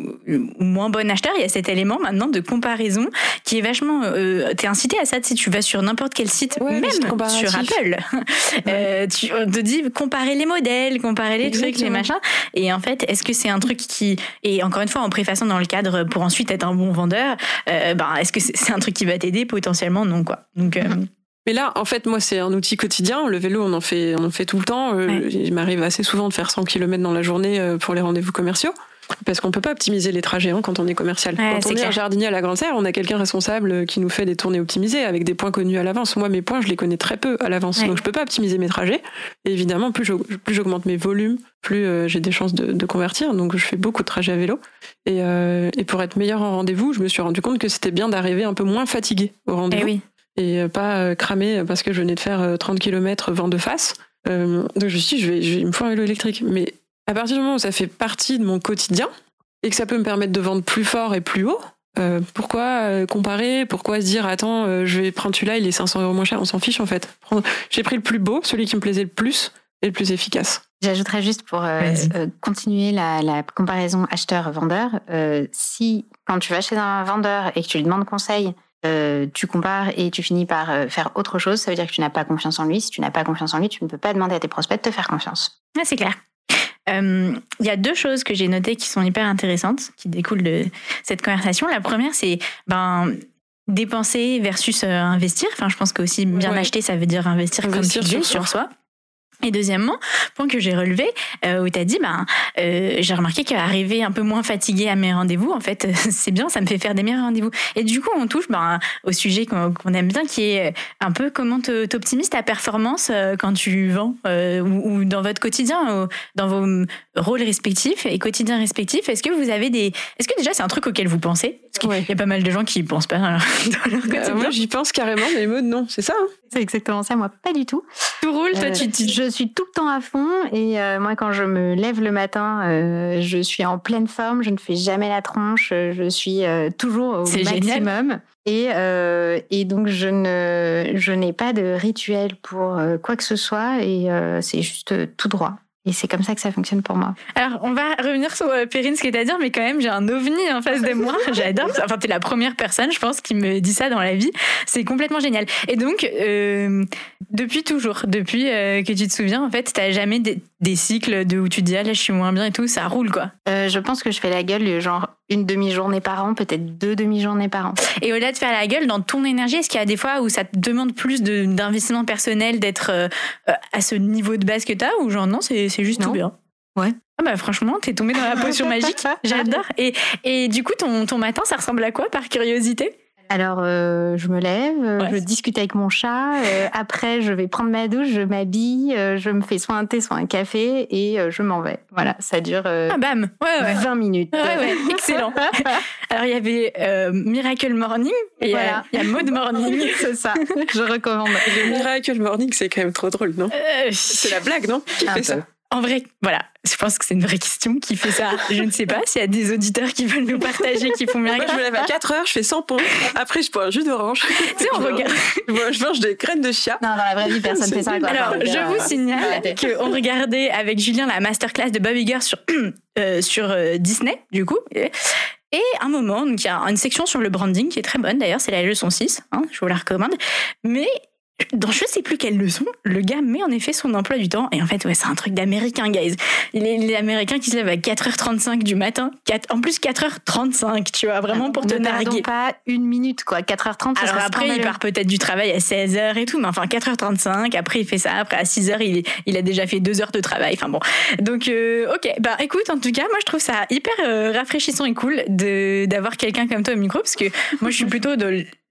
ou moins bon acheteur, il y a cet élément maintenant de comparaison qui est vachement... Euh, t'es incité à ça, si tu vas sur n'importe quel site, ouais, même sur Apple. Ouais. Euh, tu, on te dit comparer les modèles, comparer les Exactement. trucs, les machins. Et en fait, est-ce que c'est un truc qui... Et encore une fois, en préfaçant dans le cadre pour ensuite être un bon vendeur, euh, ben, est-ce que c'est, c'est un truc qui va t'aider? Potentiellement, non, quoi. Donc... Euh, Mais là, en fait, moi, c'est un outil quotidien. Le vélo, on en fait, on en fait tout le temps. Euh, ouais. Il m'arrive assez souvent de faire cent kilomètres dans la journée pour les rendez-vous commerciaux. Parce qu'on peut pas optimiser les trajets hein, quand on est commercial. Ouais, quand on est clair. un jardinier à la Grande Serre, on a quelqu'un responsable qui nous fait des tournées optimisées avec des points connus à l'avance. Moi, mes points, je les connais très peu à l'avance. Ouais. Donc, je peux pas optimiser mes trajets. Et évidemment, plus, je, plus j'augmente mes volumes, plus euh, j'ai des chances de, de convertir. Donc, je fais beaucoup de trajets à vélo. Et, euh, et pour être meilleur en rendez-vous, je me suis rendu compte que c'était bien d'arriver un peu moins fatigué au rendez-vous. Eh oui. Et pas cramer parce que je venais de faire trente kilomètres vent de face. Euh, donc je me suis dit, je vais, je vais me faire un vélo électrique. Mais à partir du moment où ça fait partie de mon quotidien et que ça peut me permettre de vendre plus fort et plus haut, euh, pourquoi comparer? Pourquoi se dire, attends, euh, je vais prendre celui-là, il est cinq cents euros moins cher? On s'en fiche en fait. J'ai pris le plus beau, celui qui me plaisait le plus et le plus efficace. J'ajouterais juste pour euh, euh, continuer la, la comparaison acheteur-vendeur, euh, si quand tu vas chez un vendeur et que tu lui demandes conseil, Euh, tu compares et tu finis par euh, faire autre chose, ça veut dire que tu n'as pas confiance en lui. Si tu n'as pas confiance en lui, tu ne peux pas demander à tes prospects de te faire confiance. Ah, c'est clair. Il euh, y a deux choses que j'ai notées qui sont hyper intéressantes, qui découlent de cette conversation. La première, c'est ben, dépenser versus euh, investir. Enfin, je pense que aussi bien ouais. acheter, ça veut dire investir, investir comme tu dis, sur soi. Et deuxièmement, point que j'ai relevé, euh, où tu as dit, ben, euh, j'ai remarqué qu'arriver un peu moins fatigué à mes rendez-vous, en fait, c'est bien, ça me fait faire des meilleurs rendez-vous. Et du coup, on touche ben, au sujet qu'on, qu'on aime bien, qui est un peu comment t'optimises ta performance euh, quand tu vends, euh, ou, ou dans votre quotidien, ou dans vos rôles respectifs et quotidiens respectifs. Est-ce que vous avez des... Est-ce que déjà, c'est un truc auquel vous pensez? Parce qu'il ouais. y a pas mal de gens qui y pensent pas dans leur, dans leur quotidien. Euh, moi, j'y pense carrément, mais Maud, non, c'est ça. Hein. C'est exactement ça, moi, pas du tout. Tout roule, toi, euh, tu te... Je suis tout le temps à fond et euh, moi, quand je me lève le matin, euh, je suis en pleine forme, je ne fais jamais la tronche, je suis euh, toujours au C'est maximum. Et, euh, et donc, je, ne, je n'ai pas de rituel pour euh, quoi que ce soit et euh, c'est juste euh, tout droit. Et c'est comme ça que ça fonctionne pour moi. Alors, on va revenir sur euh, Perrine, ce que tu as à dire, mais quand même, j'ai un ovni en face de moi. J'adore. Enfin, t'es la première personne, je pense, qui me dit ça dans la vie. C'est complètement génial. Et donc, euh, depuis toujours, depuis euh, que tu te souviens, en fait, t'as jamais des, des cycles de où tu te dis, ah là, je suis moins bien et tout, ça roule, quoi. Euh, je pense que je fais la gueule, genre, une demi-journée par an, peut-être deux demi-journées par an. Et au-delà de faire la gueule, dans ton énergie, est-ce qu'il y a des fois où ça te demande plus de, d'investissement personnel, d'être euh, à ce niveau de base que t'as, ou genre, non, c'est c'est juste non. tout bien? Ouais. Ah bah franchement, t'es tombée dans la potion magique. J'adore. Et, et du coup, ton, ton matin, ça ressemble à quoi, par curiosité? Alors, euh, je me lève, ouais. je discute avec mon chat. Euh, après, je vais prendre ma douche, je m'habille, euh, je me fais soit un thé, soit un café et euh, je m'en vais. Voilà, ça dure euh, ah, bam. Ouais, ouais. vingt minutes. Ouais, ouais, excellent. Alors, il y avait euh, Miracle Morning et il voilà. y, y a Maud Morning. C'est ça, je recommande. Le Miracle Morning, c'est quand même trop drôle, non? euh, C'est la blague, non? Qui fait ça? En vrai, voilà, je pense que c'est une vraie question. Qui fait ça? Je ne sais pas s'il y a des auditeurs qui veulent nous partager, qui font Miracle. Moi, je me lève à quatre heures, je fais cent pompes. Après, je bois un jus d'orange. Tu sais, on regarde. Je mange des graines de chia. Non, dans la vraie vie, personne ne fait ça. Quoi. Alors, je euh, vous signale qu'on regardait avec Julien la masterclass de Bob Iger sur, euh, sur euh, Disney, du coup. Et à un moment, donc il y a une section sur le branding qui est très bonne, d'ailleurs, c'est la leçon six, hein, je vous la recommande. Mais dans je sais plus quelle leçon, le gars met en effet son emploi du temps. Et en fait, ouais, c'est un truc d'américain, guys. Les, les Américains qui se lèvent à quatre heures trente-cinq du matin. quatre, en plus, quatre heures trente-cinq, tu vois, vraiment pour te narguer. Ne pas une minute, quoi. quatre heures trente, ça Alors après, scandaleux. Il part peut-être du travail à seize heures et tout, mais enfin, quatre heures trente-cinq. Après, il fait ça. Après, à six heures, il, il a déjà fait deux heures de travail. Enfin bon. Donc, euh, ok. Bah, écoute, en tout cas, moi, je trouve ça hyper euh, rafraîchissant et cool de, d'avoir quelqu'un comme toi au micro, parce que moi, je suis plutôt de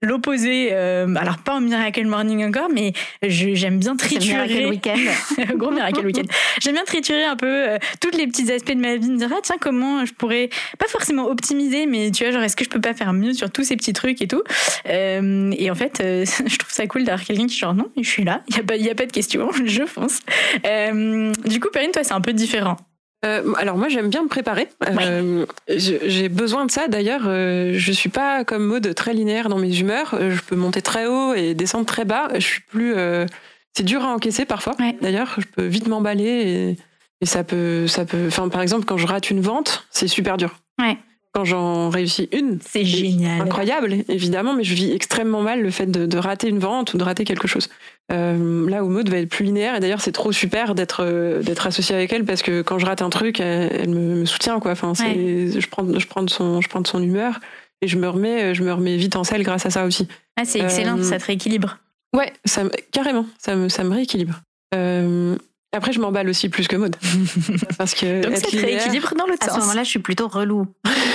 l'opposé. Euh, alors, pas en Miracle Morning encore, mais je, j'aime bien triturer. C'est Miracle Weekend. Gros Miracle Weekend. J'aime bien triturer un peu euh, tous les petits aspects de ma vie. Me dire, ah, tiens, comment je pourrais, pas forcément optimiser, mais tu vois, genre, est-ce que je peux pas faire mieux sur tous ces petits trucs et tout. Euh, et en fait, euh, je trouve ça cool d'avoir quelqu'un qui, genre, non, je suis là, il n'y a, pas, y a pas de question, je fonce. Euh, du coup, Perrine, toi, c'est un peu différent. Euh, alors moi j'aime bien me préparer. Euh, ouais. J'ai besoin de ça d'ailleurs. Euh, je suis pas comme Maud très linéaire dans mes humeurs. Je peux monter très haut et descendre très bas. Je suis plus. Euh, c'est dur à encaisser parfois. Ouais. D'ailleurs, je peux vite m'emballer et, et ça peut, ça peut. Enfin, par exemple, quand je rate une vente, c'est super dur. Ouais. Quand j'en réussis une, c'est génial, incroyable évidemment, mais je vis extrêmement mal le fait de, de rater une vente ou de rater quelque chose. Euh, là où Maud va être plus linéaire, et d'ailleurs c'est trop super d'être euh, d'être associée avec elle parce que quand je rate un truc, elle, elle me, me soutient quoi. Enfin, c'est, ouais. je prends je prends de son je prends de son humeur et je me remets je me remets vite en selle grâce à ça aussi. Ah, c'est excellent, euh, ça te rééquilibre. Ouais, ça carrément, ça me ça me rééquilibre. Euh, Après, je m'emballe aussi plus que Maud. Parce que donc, ça te rééquilibre dans l'autre sens. À ce moment-là, je suis plutôt relou.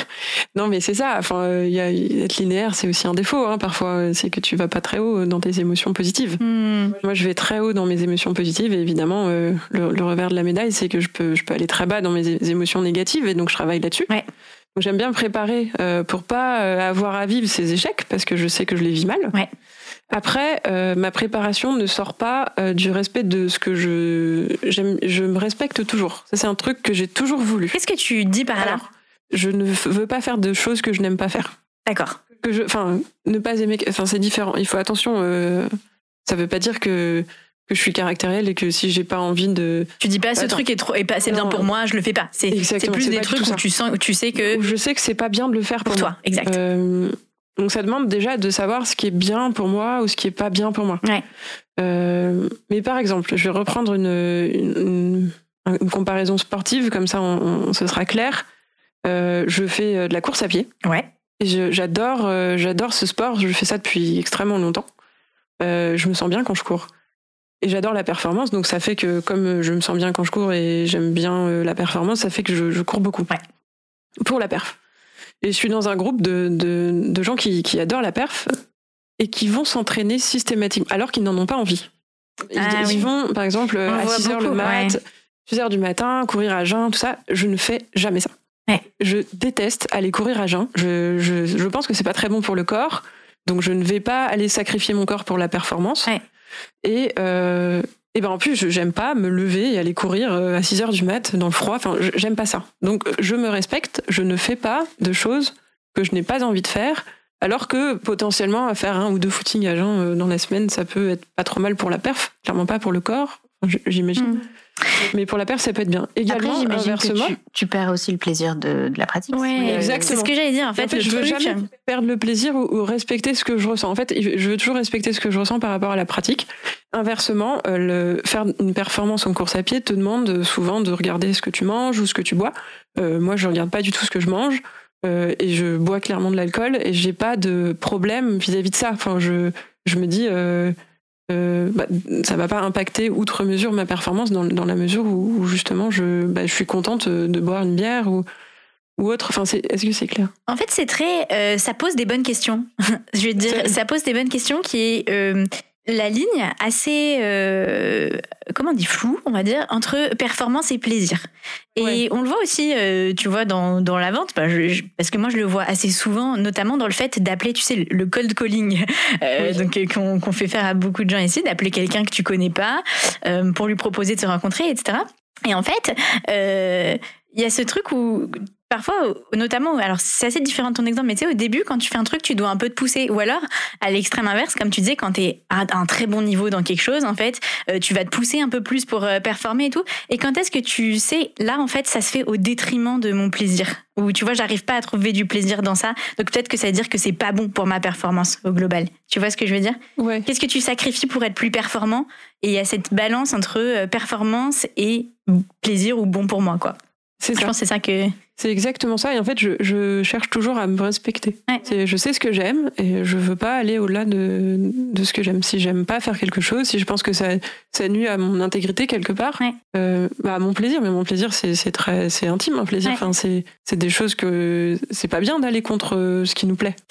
Non, mais c'est ça. Enfin, euh, y a, être linéaire, c'est aussi un défaut. Hein, parfois, c'est que tu vas pas très haut dans tes émotions positives. Mm. Moi, je vais très haut dans mes émotions positives. Et évidemment, euh, le, le revers de la médaille, c'est que je peux, je peux aller très bas dans mes émotions négatives. Et donc, je travaille là-dessus. Ouais. Donc, j'aime bien me préparer euh, pour pas euh, avoir à vivre ces échecs, parce que je sais que je les vis mal. Ouais. Après, euh, ma préparation ne sort pas euh, du respect de ce que je j'aime. Je me respecte toujours. Ça, c'est un truc que j'ai toujours voulu. Qu'est-ce que tu dis par là? Alors, je ne veux pas faire de choses que je n'aime pas faire. D'accord. Que je, enfin, ne pas aimer. Enfin, c'est différent. Il faut attention. Euh, ça veut pas dire que que je suis caractérielle et que si j'ai pas envie de. Tu dis pas ce Attends. truc est trop est pas assez bien pour moi, je le fais pas. C'est, c'est plus c'est des trucs où tu sens, où tu sais que. Où je sais que c'est pas bien de le faire pour, pour moi. toi. Exact. Euh, Donc ça demande déjà de savoir ce qui est bien pour moi ou ce qui est pas bien pour moi. Ouais. Euh, mais par exemple, je vais reprendre une, une, une comparaison sportive, comme ça on, on, ce sera clair. Euh, je fais de la course à pied. Ouais. Et je, j'adore, euh, j'adore ce sport, je fais ça depuis extrêmement longtemps. Euh, je me sens bien quand je cours. Et j'adore la performance, donc ça fait que comme je me sens bien quand je cours et j'aime bien la performance, ça fait que je, je cours beaucoup. Ouais. Pour la perf. Et je suis dans un groupe de, de, de gens qui, qui adorent la perf et qui vont s'entraîner systématiquement, alors qu'ils n'en ont pas envie. Ils, ah, ils oui. vont, par exemple, on à six heures le mat, ouais. six heures du matin, courir à jeun, tout ça. Je ne fais jamais ça. Ouais. Je déteste aller courir à jeun. Je, je, je pense que c'est pas très bon pour le corps, donc je ne vais pas aller sacrifier mon corps pour la performance. Ouais. Et... Euh, Et ben en plus, je, j'aime pas me lever et aller courir à six heures du mat dans le froid. Enfin, j'aime pas ça. Donc, je me respecte. Je ne fais pas de choses que je n'ai pas envie de faire. Alors que potentiellement, faire un ou deux footings à jeun dans la semaine, ça peut être pas trop mal pour la perf. Clairement pas pour le corps, j'imagine. Mmh. Mais pour la perf, ça peut être bien. Également, après, j'imagine inversement, que tu, tu perds aussi le plaisir de, de la pratique. Ouais, euh, exactement. C'est ce que j'allais dire. En fait, en fait le je truc... veux jamais perdre le plaisir ou, ou respecter ce que je ressens. En fait, je veux toujours respecter ce que je ressens par rapport à la pratique. Inversement, euh, le, faire une performance en course à pied te demande souvent de regarder ce que tu manges ou ce que tu bois. Euh, moi, je regarde pas du tout ce que je mange euh, et je bois clairement de l'alcool et j'ai pas de problème vis-à-vis de ça. Enfin, je, je me dis. Euh, Euh, bah, ça va pas impacter outre mesure ma performance dans, dans la mesure où, où justement je, bah, je suis contente de boire une bière ou, ou autre. Enfin, c'est, est-ce que c'est clair? En fait, c'est très, euh, ça pose des bonnes questions. Je veux dire, c'est... ça pose des bonnes questions qui est euh, la ligne assez, euh, comment on dit, floue, on va dire, entre performance et plaisir. Et ouais. On le voit aussi, euh, tu vois, dans, dans la vente, bah, je, je, parce que moi, je le vois assez souvent, notamment dans le fait d'appeler, tu sais, le cold calling, euh, oui. donc qu'on, qu'on fait faire à beaucoup de gens ici, d'appeler quelqu'un que tu connais pas euh, pour lui proposer de se rencontrer, et cetera. Et en fait, il euh, y a ce truc où... Parfois, notamment, alors c'est assez différent de ton exemple, mais tu sais, au début, quand tu fais un truc, tu dois un peu te pousser. Ou alors, à l'extrême inverse, comme tu disais, quand t'es à un très bon niveau dans quelque chose, en fait, euh, tu vas te pousser un peu plus pour euh, performer et tout. Et quand est-ce que tu sais, là, en fait, ça se fait au détriment de mon plaisir. Ou tu vois, j'arrive pas à trouver du plaisir dans ça. Donc peut-être que ça veut dire que c'est pas bon pour ma performance au global. Tu vois ce que je veux dire? Ouais. Qu'est-ce que tu sacrifies pour être plus performant? Et il y a cette balance entre performance et plaisir ou bon pour moi, quoi. C'est je ça. pense que c'est ça que... C'est exactement ça. Et en fait, je, je cherche toujours à me respecter. Ouais. C'est, je sais ce que j'aime et je veux pas aller au-delà de, de ce que j'aime. Si j'aime pas faire quelque chose, si je pense que ça, ça nuit à mon intégrité quelque part, ouais. euh, bah, à mon plaisir. Mais mon plaisir, c'est, c'est très, c'est intime, un plaisir. Ouais. Enfin, c'est, c'est des choses que c'est pas bien d'aller contre ce qui nous plaît.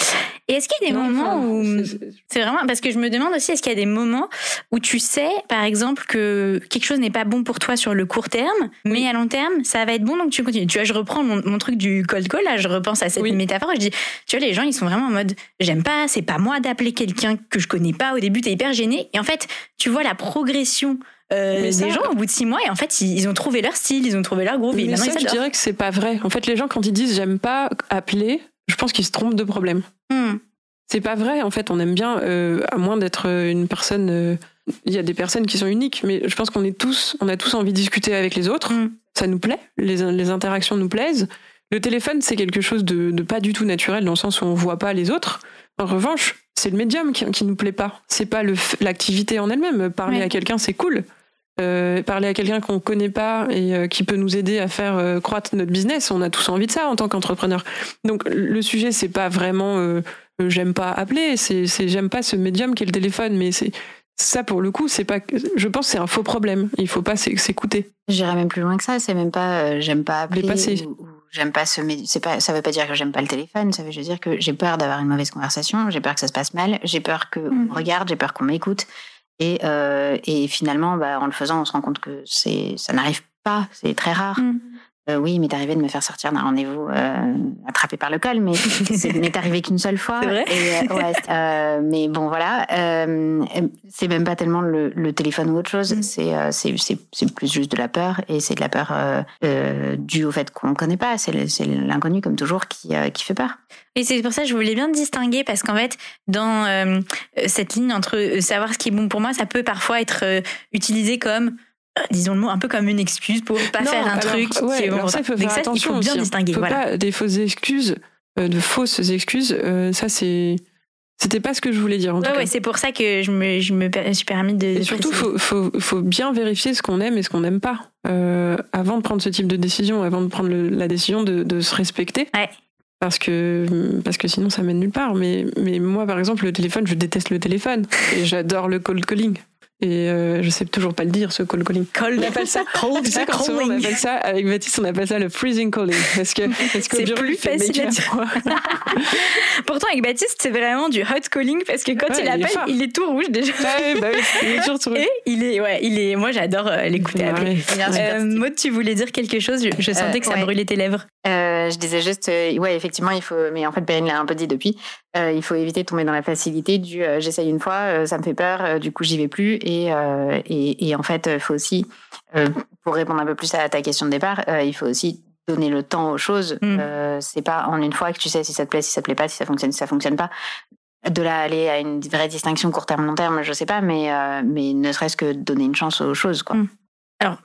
Et est-ce qu'il y a des Non, moments enfin, où... c'est- c'est- C'est vraiment... Parce que je me demande aussi, est-ce qu'il y a des moments où tu sais, par exemple, que quelque chose n'est pas bon pour toi sur le court terme, mais à long terme, ça va être bon, donc tu continues. Tu vois, je reprends mon, mon truc du cold call, là, je repense à cette Oui. métaphore, et je dis, tu vois, les gens, ils sont vraiment en mode, j'aime pas, c'est pas moi d'appeler quelqu'un que je connais pas. Au début, t'es hyper gêné. Et en fait, tu vois la progression euh, Mais des ça- gens au bout de six mois, et en fait, ils, ils ont trouvé leur style, ils ont trouvé leur groove, et Mais maintenant, ça, ils je s'adorent. dirais que c'est pas vrai. En fait, les gens, quand ils disent j'aime pas appeler, je pense qu'ils se trompent de problème. Hmm. C'est pas vrai, en fait, on aime bien, euh, à moins d'être une personne. euh, Il y a des personnes qui sont uniques, mais je pense qu'on est tous, on a tous envie de discuter avec les autres. Mm. Ça nous plaît, les, les interactions nous plaisent. Le téléphone, c'est quelque chose de, de pas du tout naturel dans le sens où on voit pas les autres. En revanche, c'est le médium qui, qui nous plaît pas. C'est pas le, f- l'activité en elle-même. Parler Ouais. à quelqu'un, c'est cool. Euh, parler à quelqu'un qu'on connaît pas et euh, qui peut nous aider à faire euh, croître notre business, on a tous envie de ça en tant qu'entrepreneur. Donc le sujet, c'est pas vraiment euh, euh, j'aime pas appeler, c'est, c'est j'aime pas ce médium qui est le téléphone, mais c'est ça pour le coup, c'est pas. Je pense que c'est un faux problème. Il faut pas s'é- s'écouter. J'irais même plus loin que ça. C'est même pas euh, j'aime pas appeler Dépasser. ou, ou j'aime pas ce. mé- C'est pas. Ça veut pas dire que j'aime pas le téléphone. Ça veut juste dire que j'ai peur d'avoir une mauvaise conversation. J'ai peur que ça se passe mal. J'ai peur qu'on Mm. me regarde. J'ai peur qu'on m'écoute. Et euh, et finalement, bah, en le faisant, on se rend compte que c'est ça n'arrive pas. C'est très rare. Mm. Euh, oui, il m'est arrivé de me faire sortir d'un rendez-vous euh, attrapé par le col, mais c'est m'est arrivé qu'une seule fois. C'est vrai Et, euh, ouais, c'est- euh, mais bon, voilà. Euh, c'est même pas tellement le, le téléphone ou autre chose. Mm. C'est, euh, c'est, c'est, c'est plus juste de la peur. Et c'est de la peur euh, euh, due au fait qu'on ne connaît pas. C'est, le- c'est l'inconnu, comme toujours, qui, euh, qui fait peur. Et c'est pour ça que je voulais bien distinguer, parce qu'en fait, dans euh, cette ligne entre euh, savoir ce qui est bon pour moi, ça peut parfois être euh, utilisé comme, euh, disons le mot, un peu comme une excuse pour pas Non, faire un alors, truc ouais, qui est bon alors pour ça, toi. il faut Donc faire ça, il attention faut bien aussi, hein. distinguer. Faut Voilà. pas des fausses excuses, euh, de fausses excuses. euh, ça, c'est. C'était pas ce que je voulais dire en tout Ouais, cas. ouais, c'est pour ça que je me, je me per- suis permis de. Et de surtout, préciser. faut, faut, faut bien vérifier ce qu'on aime et ce qu'on n'aime pas euh, avant de prendre ce type de décision, avant de prendre le- la décision de, de se respecter. Ouais. Parce que, parce que sinon, ça mène nulle part. Mais, mais moi, par exemple, le téléphone, je déteste le téléphone. Et j'adore le cold calling. Et euh, je sais toujours pas le dire, ce cold calling. Cold- On appelle ça, cold tu sais, quand souvent, on calling. appelle ça, avec Baptiste, on appelle ça le freezing calling. Parce que, parce qu'au C'est bureau, plus il fait facile à méga dire. froid. Pourtant, avec Baptiste, c'est vraiment du hot calling, parce que quand Ouais, il il est appelle, fort. il est tout rouge déjà. Ah oui, bah oui, il est toujours sur eux. Et il est, ouais, il est. Moi, j'adore euh, l'écouter Ouais. appeler. Bien sûr. Euh, Maud, tu voulais dire quelque chose. Je, je sentais Euh, que ça ouais. brûlait tes lèvres. Euh, je disais juste, euh, ouais, effectivement, il faut, mais en fait, Perrine l'a un peu dit depuis, euh, il faut éviter de tomber dans la facilité du euh, j'essaye une fois, euh, ça me fait peur, euh, du coup, j'y vais plus. Et, euh, et, et en fait, il faut aussi, euh, pour répondre un peu plus à ta question de départ, euh, il faut aussi donner le temps aux choses. Mm. Euh, c'est pas en une fois que tu sais si ça te plaît, si ça te plaît pas, si ça fonctionne, si ça fonctionne pas. De là à aller à une vraie distinction court terme, long terme, je sais pas, mais, euh, mais ne serait-ce que donner une chance aux choses, quoi. Mm. Alors,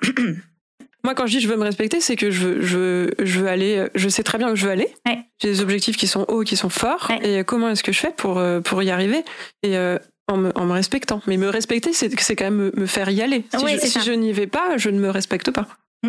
Moi, quand je dis je veux me respecter, c'est que je veux, je veux, je veux aller. Je sais très bien où je veux aller. Ouais. J'ai des objectifs qui sont hauts, qui sont forts. Ouais. Et comment est-ce que je fais pour, euh, pour y arriver et, euh, en, me, en me respectant. Mais me respecter, c'est, c'est quand même me, me faire y aller. Si, Ouais, je, c'est si ça. je n'y vais pas, je ne me respecte pas.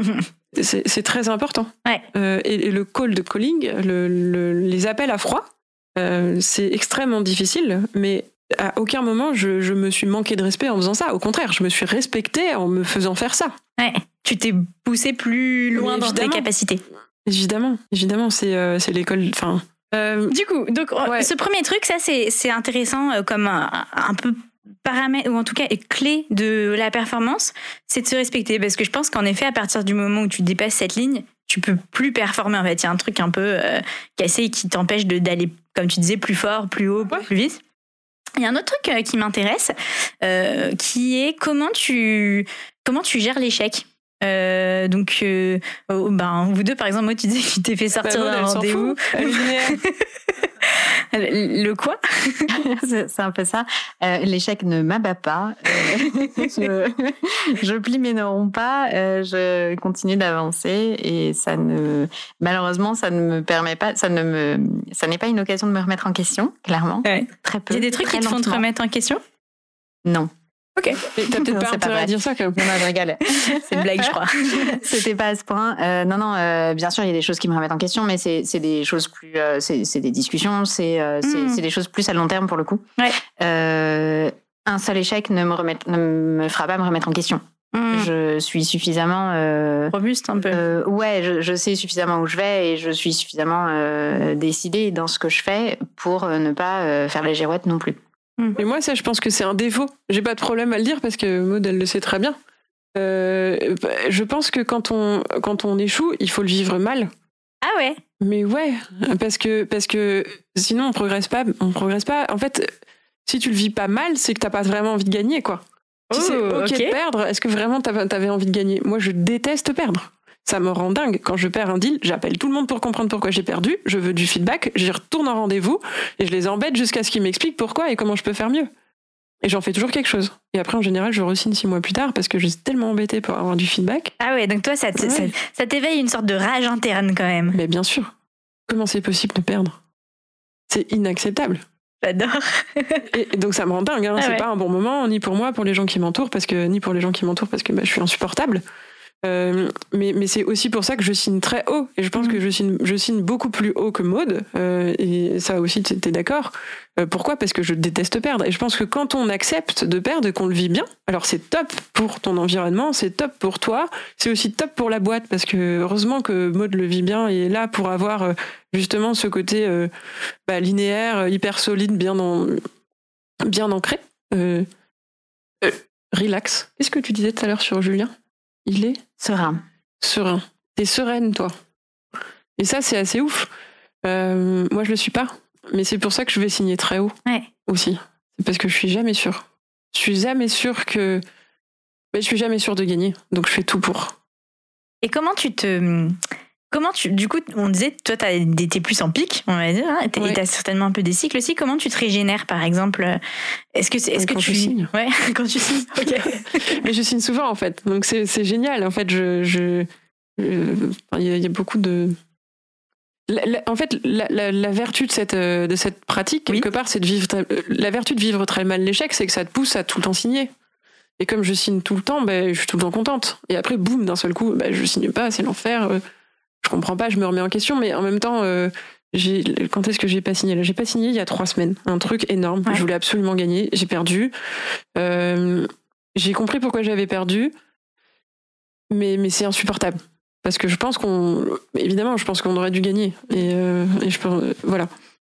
C'est, c'est très important. Ouais. Euh, et, et le cold calling, le, le, les appels à froid, euh, c'est extrêmement difficile. Mais à aucun moment, je, je me suis manqué de respect en faisant ça. Au contraire, je me suis respectée en me faisant faire ça. ouais, tu t'es poussé plus loin Mais dans tes évidemment. capacités. Évidemment, évidemment, c'est, euh, c'est l'école. Enfin, euh, Du coup, donc Ouais. ce premier truc, ça c'est c'est intéressant euh, comme un, un peu paramètre ou en tout cas clé de la performance, c'est de se respecter parce que je pense qu'en effet à partir du moment où tu dépasses cette ligne, tu peux plus performer en fait. Il y a un truc un peu euh, cassé qui t'empêche de, d'aller, comme tu disais, plus fort, plus haut, Ouais. plus vite. Il y a un autre truc euh, qui m'intéresse, euh, qui est comment tu comment tu gères l'échec. Euh, donc, euh, oh, ben, vous deux, par exemple, moi, tu disais que tu t'es fait sortir bah, d'un elle s'en rendez-vous. fout. Elle est linéaire. Le le quoi? c'est, c'est un peu ça. Euh, l'échec ne m'abat pas. Euh, je, je plie mes neurones pas. Euh, je continue d'avancer et ça ne, malheureusement, ça ne me permet pas. Ça ne me, ça n'est pas une occasion de me remettre en question, clairement. Ouais. Très peu. Il y a des trucs très qui te font te lentement. remettre en question? Non. Ok. Et t'as peut-être Non, pas c'est pas intérêt à vrai. dire ça quand même. Non, non, je rigole. C'est une blague, je crois. C'était pas à ce point. Euh, non, non. euh, bien sûr, il y a des choses qui me remettent en question, mais c'est, c'est des choses plus. euh, c'est, c'est des discussions. C'est, euh, c'est, Mm. c'est des choses plus à long terme pour le coup. Ouais. Euh, un seul échec ne me remet, ne me fera pas me remettre en question. Mmh. Je suis suffisamment euh, robuste un peu. Euh, ouais, je, je sais suffisamment où je vais et je suis suffisamment euh, décidée dans ce que je fais pour euh, ne pas euh, faire la girouette non plus. Mmh. Et moi, ça, je pense que c'est un défaut. J'ai pas de problème à le dire parce que Maud, elle le sait très bien. Euh, je pense que quand on, quand on échoue, il faut le vivre mal. Ah ouais. Mais ouais, parce que, parce que sinon on progresse pas, on progresse pas. En fait, si tu le vis pas mal, c'est que t'as pas vraiment envie de gagner, quoi. Si oh, c'est ok okay. de perdre, est-ce que vraiment t'avais envie de gagner ? Moi, je déteste perdre. Ça me rend dingue. Quand je perds un deal, j'appelle tout le monde pour comprendre pourquoi j'ai perdu. Je veux du feedback. J'y retourne en rendez-vous et je les embête jusqu'à ce qu'ils m'expliquent pourquoi et comment je peux faire mieux. Et j'en fais toujours quelque chose. Et après, en général, je re-signe six mois plus tard parce que je suis tellement embêtée pour avoir du feedback. Ah ouais, donc toi, ça, te, ouais. ça, ça t'éveille une sorte de rage interne quand même. Mais bien sûr. Comment c'est possible de perdre ? C'est inacceptable. J'adore. et, et donc ça me rend dingue. Hein. Ah c'est ouais. pas un bon moment, ni pour moi, pour les gens qui m'entourent, parce que ni pour les gens qui m'entourent, parce que bah, je suis insupportable. Euh, mais, mais c'est aussi pour ça que je signe très haut. Et je pense mmh. que je signe, je signe beaucoup plus haut que Maud. Euh, et ça aussi, t'es d'accord. Euh, pourquoi ? Parce que je déteste perdre. Et je pense que quand on accepte de perdre et qu'on le vit bien, alors c'est top pour ton environnement, c'est top pour toi, c'est aussi top pour la boîte. Parce que heureusement que Maud le vit bien et est là pour avoir euh, justement ce côté euh, bah, linéaire, hyper solide, bien, en, bien ancré. Euh, euh, relax. Qu'est-ce que tu disais tout à l'heure sur Julien ? Il est serein. Serein. T'es sereine, toi. Et ça, c'est assez ouf. Euh, moi, je le suis pas. Mais c'est pour ça que je vais signer très haut. Ouais. Aussi. C'est parce que je suis jamais sûre. Je suis jamais sûre que... Mais je suis jamais sûre de gagner. Donc, je fais tout pour. Et comment tu te... Comment tu... Du coup, on disait, toi, t'es plus en pic, on va dire. Hein, et ouais. t'as certainement un peu des cycles aussi. Comment tu te régénères, par exemple ? Est-ce que, est-ce que quand tu... je signe. Ouais, quand tu signes. Ok. Mais je signe souvent, en fait. Donc, c'est, c'est génial. En fait, je... je... Il y, y a beaucoup de... La, la, en fait, la, la, la vertu de cette, de cette pratique, quelque oui. part, c'est de vivre... Très, la vertu de vivre très mal l'échec, c'est que ça te pousse à tout le temps signer. Et comme je signe tout le temps, ben, je suis tout le temps contente. Et après, boum, d'un seul coup, ben, je signe pas, c'est l'enfer. Je comprends pas, je me remets en question, mais en même temps, euh, j'ai, quand est-ce que j'ai pas signé ? Là, j'ai pas signé il y a trois semaines. Un truc énorme. Ouais. Je voulais absolument gagner. J'ai perdu. Euh, j'ai compris pourquoi j'avais perdu, mais, mais c'est insupportable. Parce que je pense qu'on... Évidemment, je pense qu'on aurait dû gagner. Et, euh, et je pense... Voilà.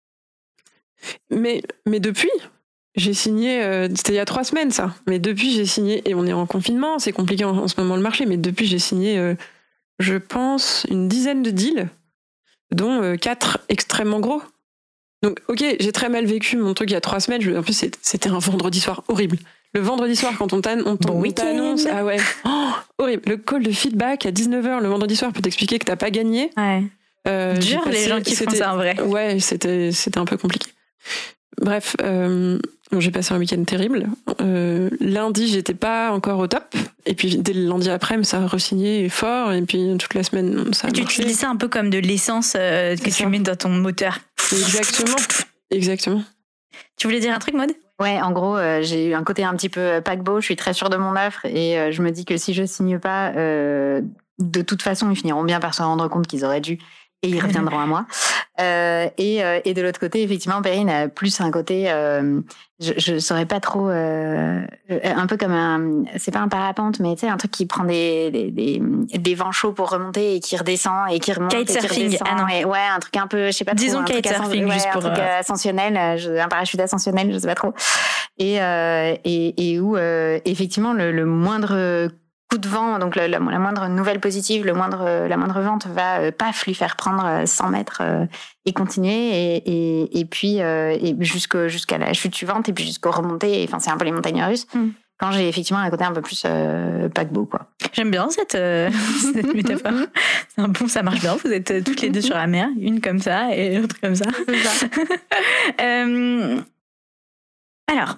Mais, mais depuis... J'ai signé, euh, c'était il y a trois semaines ça, mais depuis j'ai signé, et on est en confinement, c'est compliqué en, en ce moment le marché, mais depuis j'ai signé, euh, je pense, une dizaine de deals, dont euh, quatre extrêmement gros. Donc ok, j'ai très mal vécu mon truc il y a trois semaines, je, en plus c'était un vendredi soir horrible. Le vendredi soir quand on, t'an, on, bon on t'annonce, ah ouais, oh, horrible, le call de feedback à dix-neuf heures le vendredi soir pour t'expliquer que t'as pas gagné. Ouais. Euh, Dur les gens qui font ça en vrai. Ouais, c'était, c'était un peu compliqué. Bref, euh, j'ai passé un week-end terrible. Euh, lundi, j'étais pas encore au top. Et puis, dès le lundi après, ça a re-signé fort. Et puis, toute la semaine, ça a tu, tu dis ça un peu comme de l'essence euh, que tu mets dans ton moteur. Exactement. Exactement. Tu voulais dire un truc, Maud ? Ouais, en gros, euh, j'ai eu un côté un petit peu paquebot. Je suis très sûre de mon offre. Et euh, je me dis que si je signe pas, euh, de toute façon, ils finiront bien par se rendre compte qu'ils auraient dû. Et ils reviendront à moi. Euh, et, euh, et de l'autre côté, effectivement, Perrine a plus un côté, euh, je ne saurais pas trop, euh, un peu comme un, c'est pas un parapente, mais tu sais, un truc qui prend des, des, des, des vents chauds pour remonter et qui redescend et qui remonte. Kitesurfing, ah non. Et, ouais, un truc un peu, je sais pas Disons trop. Disons kitesurfing, ouais, juste pour... un truc euh... ascensionnel, un parachute ascensionnel, je sais pas trop. Et, euh, et, et où, euh, effectivement, le, le moindre coup de vent, donc la, la, la moindre nouvelle positive, le moindre, la moindre vente va euh, paf lui faire prendre cent mètres euh, et continuer et, et, et puis euh, et jusqu'au, jusqu'à la chute suivante et puis jusqu'au remontée. Enfin, c'est un peu les montagnes russes. Mm. Quand j'ai effectivement un côté un peu plus euh, paquebot, quoi. J'aime bien cette, euh, cette métaphore. C'est un bon, ça marche bien. Vous êtes toutes les deux sur la mer, une comme ça et l'autre comme ça. C'est ça. euh, alors.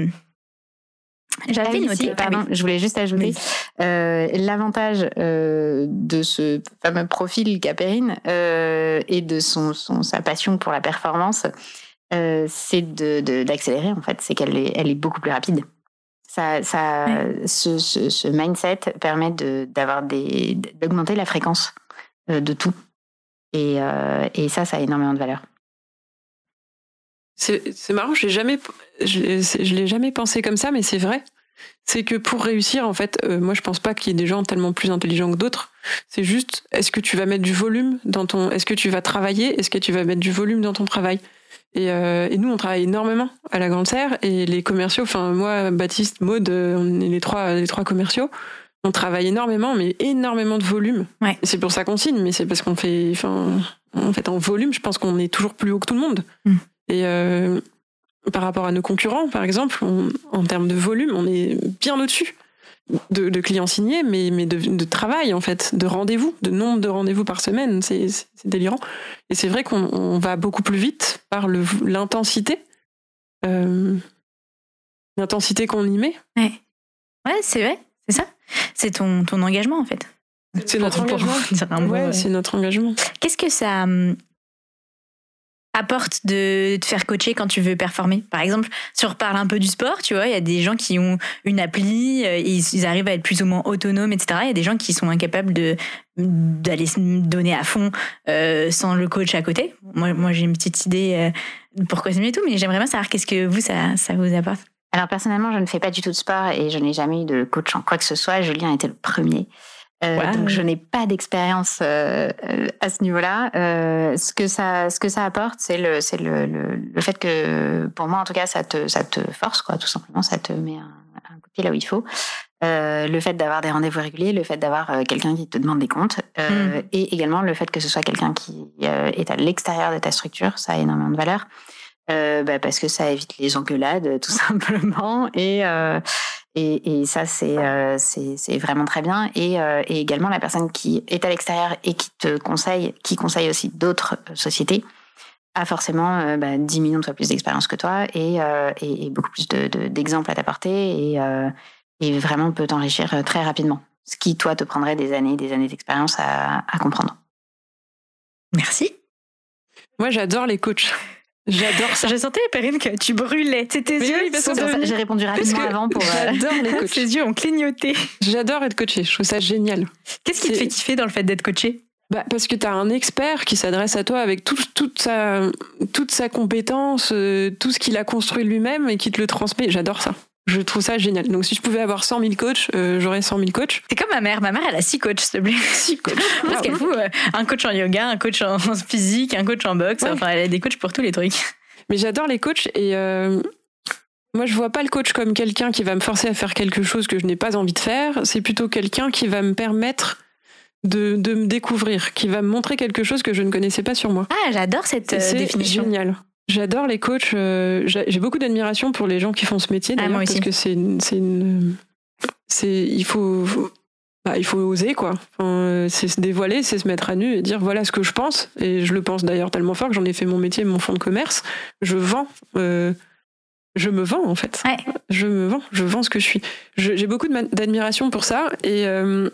J'avais ah, noté, pardon, ah oui. je voulais juste ajouter oui. euh, l'avantage euh, de ce fameux profil qu'a Perrine euh, et de son, son, sa passion pour la performance, euh, c'est de, de, d'accélérer en fait, c'est qu'elle est, elle est beaucoup plus rapide. Ça, ça, oui. ce, ce, ce mindset permet de, d'avoir des, d'augmenter la fréquence euh, de tout et, euh, et ça, ça a énormément de valeur. C'est, c'est marrant, j'ai jamais, je, je l'ai jamais pensé comme ça, mais c'est vrai. c'est que pour réussir, en fait, euh, moi je pense pas qu'il y ait des gens tellement plus intelligents que d'autres. C'est juste, est-ce que tu vas mettre du volume dans ton, est-ce que tu vas travailler, est-ce que tu vas mettre du volume dans ton travail. Et, euh, et nous, on travaille énormément à la Grande Serre, et les commerciaux, enfin moi, Baptiste, Maud, on est les trois, les trois commerciaux. On travaille énormément, mais énormément de volume. Ouais. Et c'est pour ça qu'on signe, mais c'est parce qu'on fait, enfin, en fait, en volume, je pense qu'on est toujours plus haut que tout le monde. Mm. Et euh, par rapport à nos concurrents, par exemple, on, en termes de volume, on est bien au-dessus de, de clients signés, mais, mais de, de travail, en fait, de rendez-vous, de nombre de rendez-vous par semaine. C'est, c'est, c'est délirant. Et c'est vrai qu'on on va beaucoup plus vite par le, l'intensité, euh, l'intensité qu'on y met. Ouais, ouais, c'est vrai, c'est ça. C'est ton, ton engagement, en fait. C'est notre pour, engagement. Pour, pour, ouais, c'est notre engagement. Qu'est-ce que ça hum, apporte de te faire coacher quand tu veux performer? Par exemple, si on reparle un peu du sport, tu vois, il y a des gens qui ont une appli, ils, ils arrivent à être plus ou moins autonomes, et cetera. Il y a des gens qui sont incapables de, d'aller se donner à fond euh, sans le coach à côté. Moi, moi j'ai une petite idée euh, pourquoi c'est mieux et tout, mais j'aimerais bien savoir qu'est-ce que vous, ça, ça vous apporte. Alors personnellement, je ne fais pas du tout de sport et je n'ai jamais eu de coach en quoi que ce soit. Julien était le premier. Euh, wow. Donc je n'ai pas d'expérience euh, à ce niveau-là. Euh, ce que ça, ce que ça apporte, c'est le, c'est le, le, le fait que, pour moi en tout cas, ça te, ça te force quoi, tout simplement, ça te met un, un coup de pied là où il faut. Euh, le fait d'avoir des rendez-vous réguliers, le fait d'avoir euh, quelqu'un qui te demande des comptes, euh, mm. et également le fait que ce soit quelqu'un qui euh, est à l'extérieur de ta structure, ça a énormément de valeur. Euh, bah parce que ça évite les engueulades tout simplement et euh, et, et ça c'est euh, c'est c'est vraiment très bien et euh, et également la personne qui est à l'extérieur et qui te conseille qui conseille aussi d'autres sociétés a forcément euh, bah, dix millions de fois plus d'expérience que toi et euh, et, et beaucoup plus de, de d'exemples à t'apporter et euh, et vraiment peut t'enrichir très rapidement, ce qui toi te prendrait des années des années d'expérience à à comprendre. Merci. Moi j'adore les coachs. J'adore ça. Je sentais, Perrine, que tu brûlais. Tes yeux, oui, parce que ça, j'ai répondu rapidement avant pour. J'adore les coachs. Ses yeux ont clignoté. J'adore être coachée. Je trouve ça génial. Qu'est-ce qui C'est... te fait kiffer dans le fait d'être coachée? Bah, parce que tu as un expert qui s'adresse à toi avec tout, toute, sa, toute sa compétence, euh, tout ce qu'il a construit lui-même et qui te le transmet. J'adore ça. Je trouve ça génial. Donc, si je pouvais avoir cent mille coachs, euh, j'aurais cent mille coachs. C'est comme ma mère. Ma mère, elle a six coachs, s'il te plaît. Six coachs. Parce qu'elle fout euh, un coach en yoga, un coach en physique, un coach en boxe. Ouais. Enfin, elle a des coachs pour tous les trucs. Mais j'adore les coachs et euh, moi, je vois pas le coach comme quelqu'un qui va me forcer à faire quelque chose que je n'ai pas envie de faire. C'est plutôt quelqu'un qui va me permettre de, de me découvrir, qui va me montrer quelque chose que je ne connaissais pas sur moi. Ah, j'adore cette euh, c'est définition. C'est génial. J'adore les coachs. Euh, j'ai beaucoup d'admiration pour les gens qui font ce métier, d'ailleurs, ah, parce que c'est, c'est une, c'est, il faut, faut bah, il faut oser, quoi. Enfin, c'est se dévoiler, c'est se mettre à nu et dire voilà ce que je pense. Et je le pense d'ailleurs tellement fort que j'en ai fait mon métier, mon fonds de commerce. Je vends, euh, je me vends en fait. Ouais. Je me vends, je vends ce que je suis. Je, j'ai beaucoup d'admiration pour ça et euh,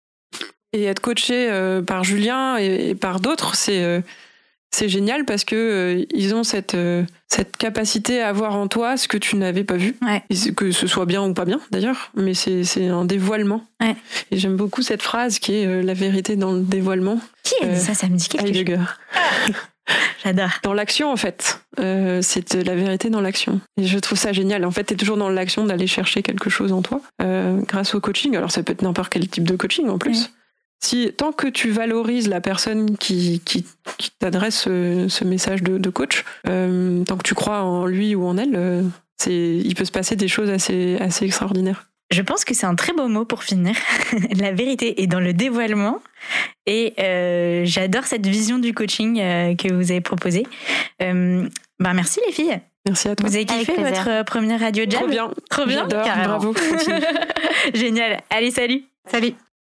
et être coaché euh, par Julien et, et par d'autres, c'est euh, c'est génial parce que euh, ils ont cette euh, cette capacité à voir en toi ce que tu n'avais pas vu, ouais. et que ce soit bien ou pas bien d'ailleurs, mais c'est c'est un dévoilement. Ouais. Et j'aime beaucoup cette phrase qui est euh, la vérité dans le dévoilement. Qui est euh, ça Ça me dit quelque Heidegger. chose. Ah, j'adore. Dans l'action en fait, euh, c'est la vérité dans l'action. Et je trouve ça génial. En fait, t'es toujours dans l'action d'aller chercher quelque chose en toi, euh, grâce au coaching. Alors ça peut être n'importe quel type de coaching en plus. Ouais. Si, tant que tu valorises la personne qui, qui, qui t'adresse ce, ce message de, de coach, euh, tant que tu crois en lui ou en elle, euh, c'est, il peut se passer des choses assez, assez extraordinaires. Je pense que c'est un très beau mot pour finir. La vérité est dans le dévoilement. Et euh, j'adore cette vision du coaching euh, que vous avez proposée. Euh, ben merci les filles. Merci à toi. Vous avez kiffé votre première Radio Jam? Trop bien. Trop bien. J'adore. Bravo. Génial. Allez, salut. Salut.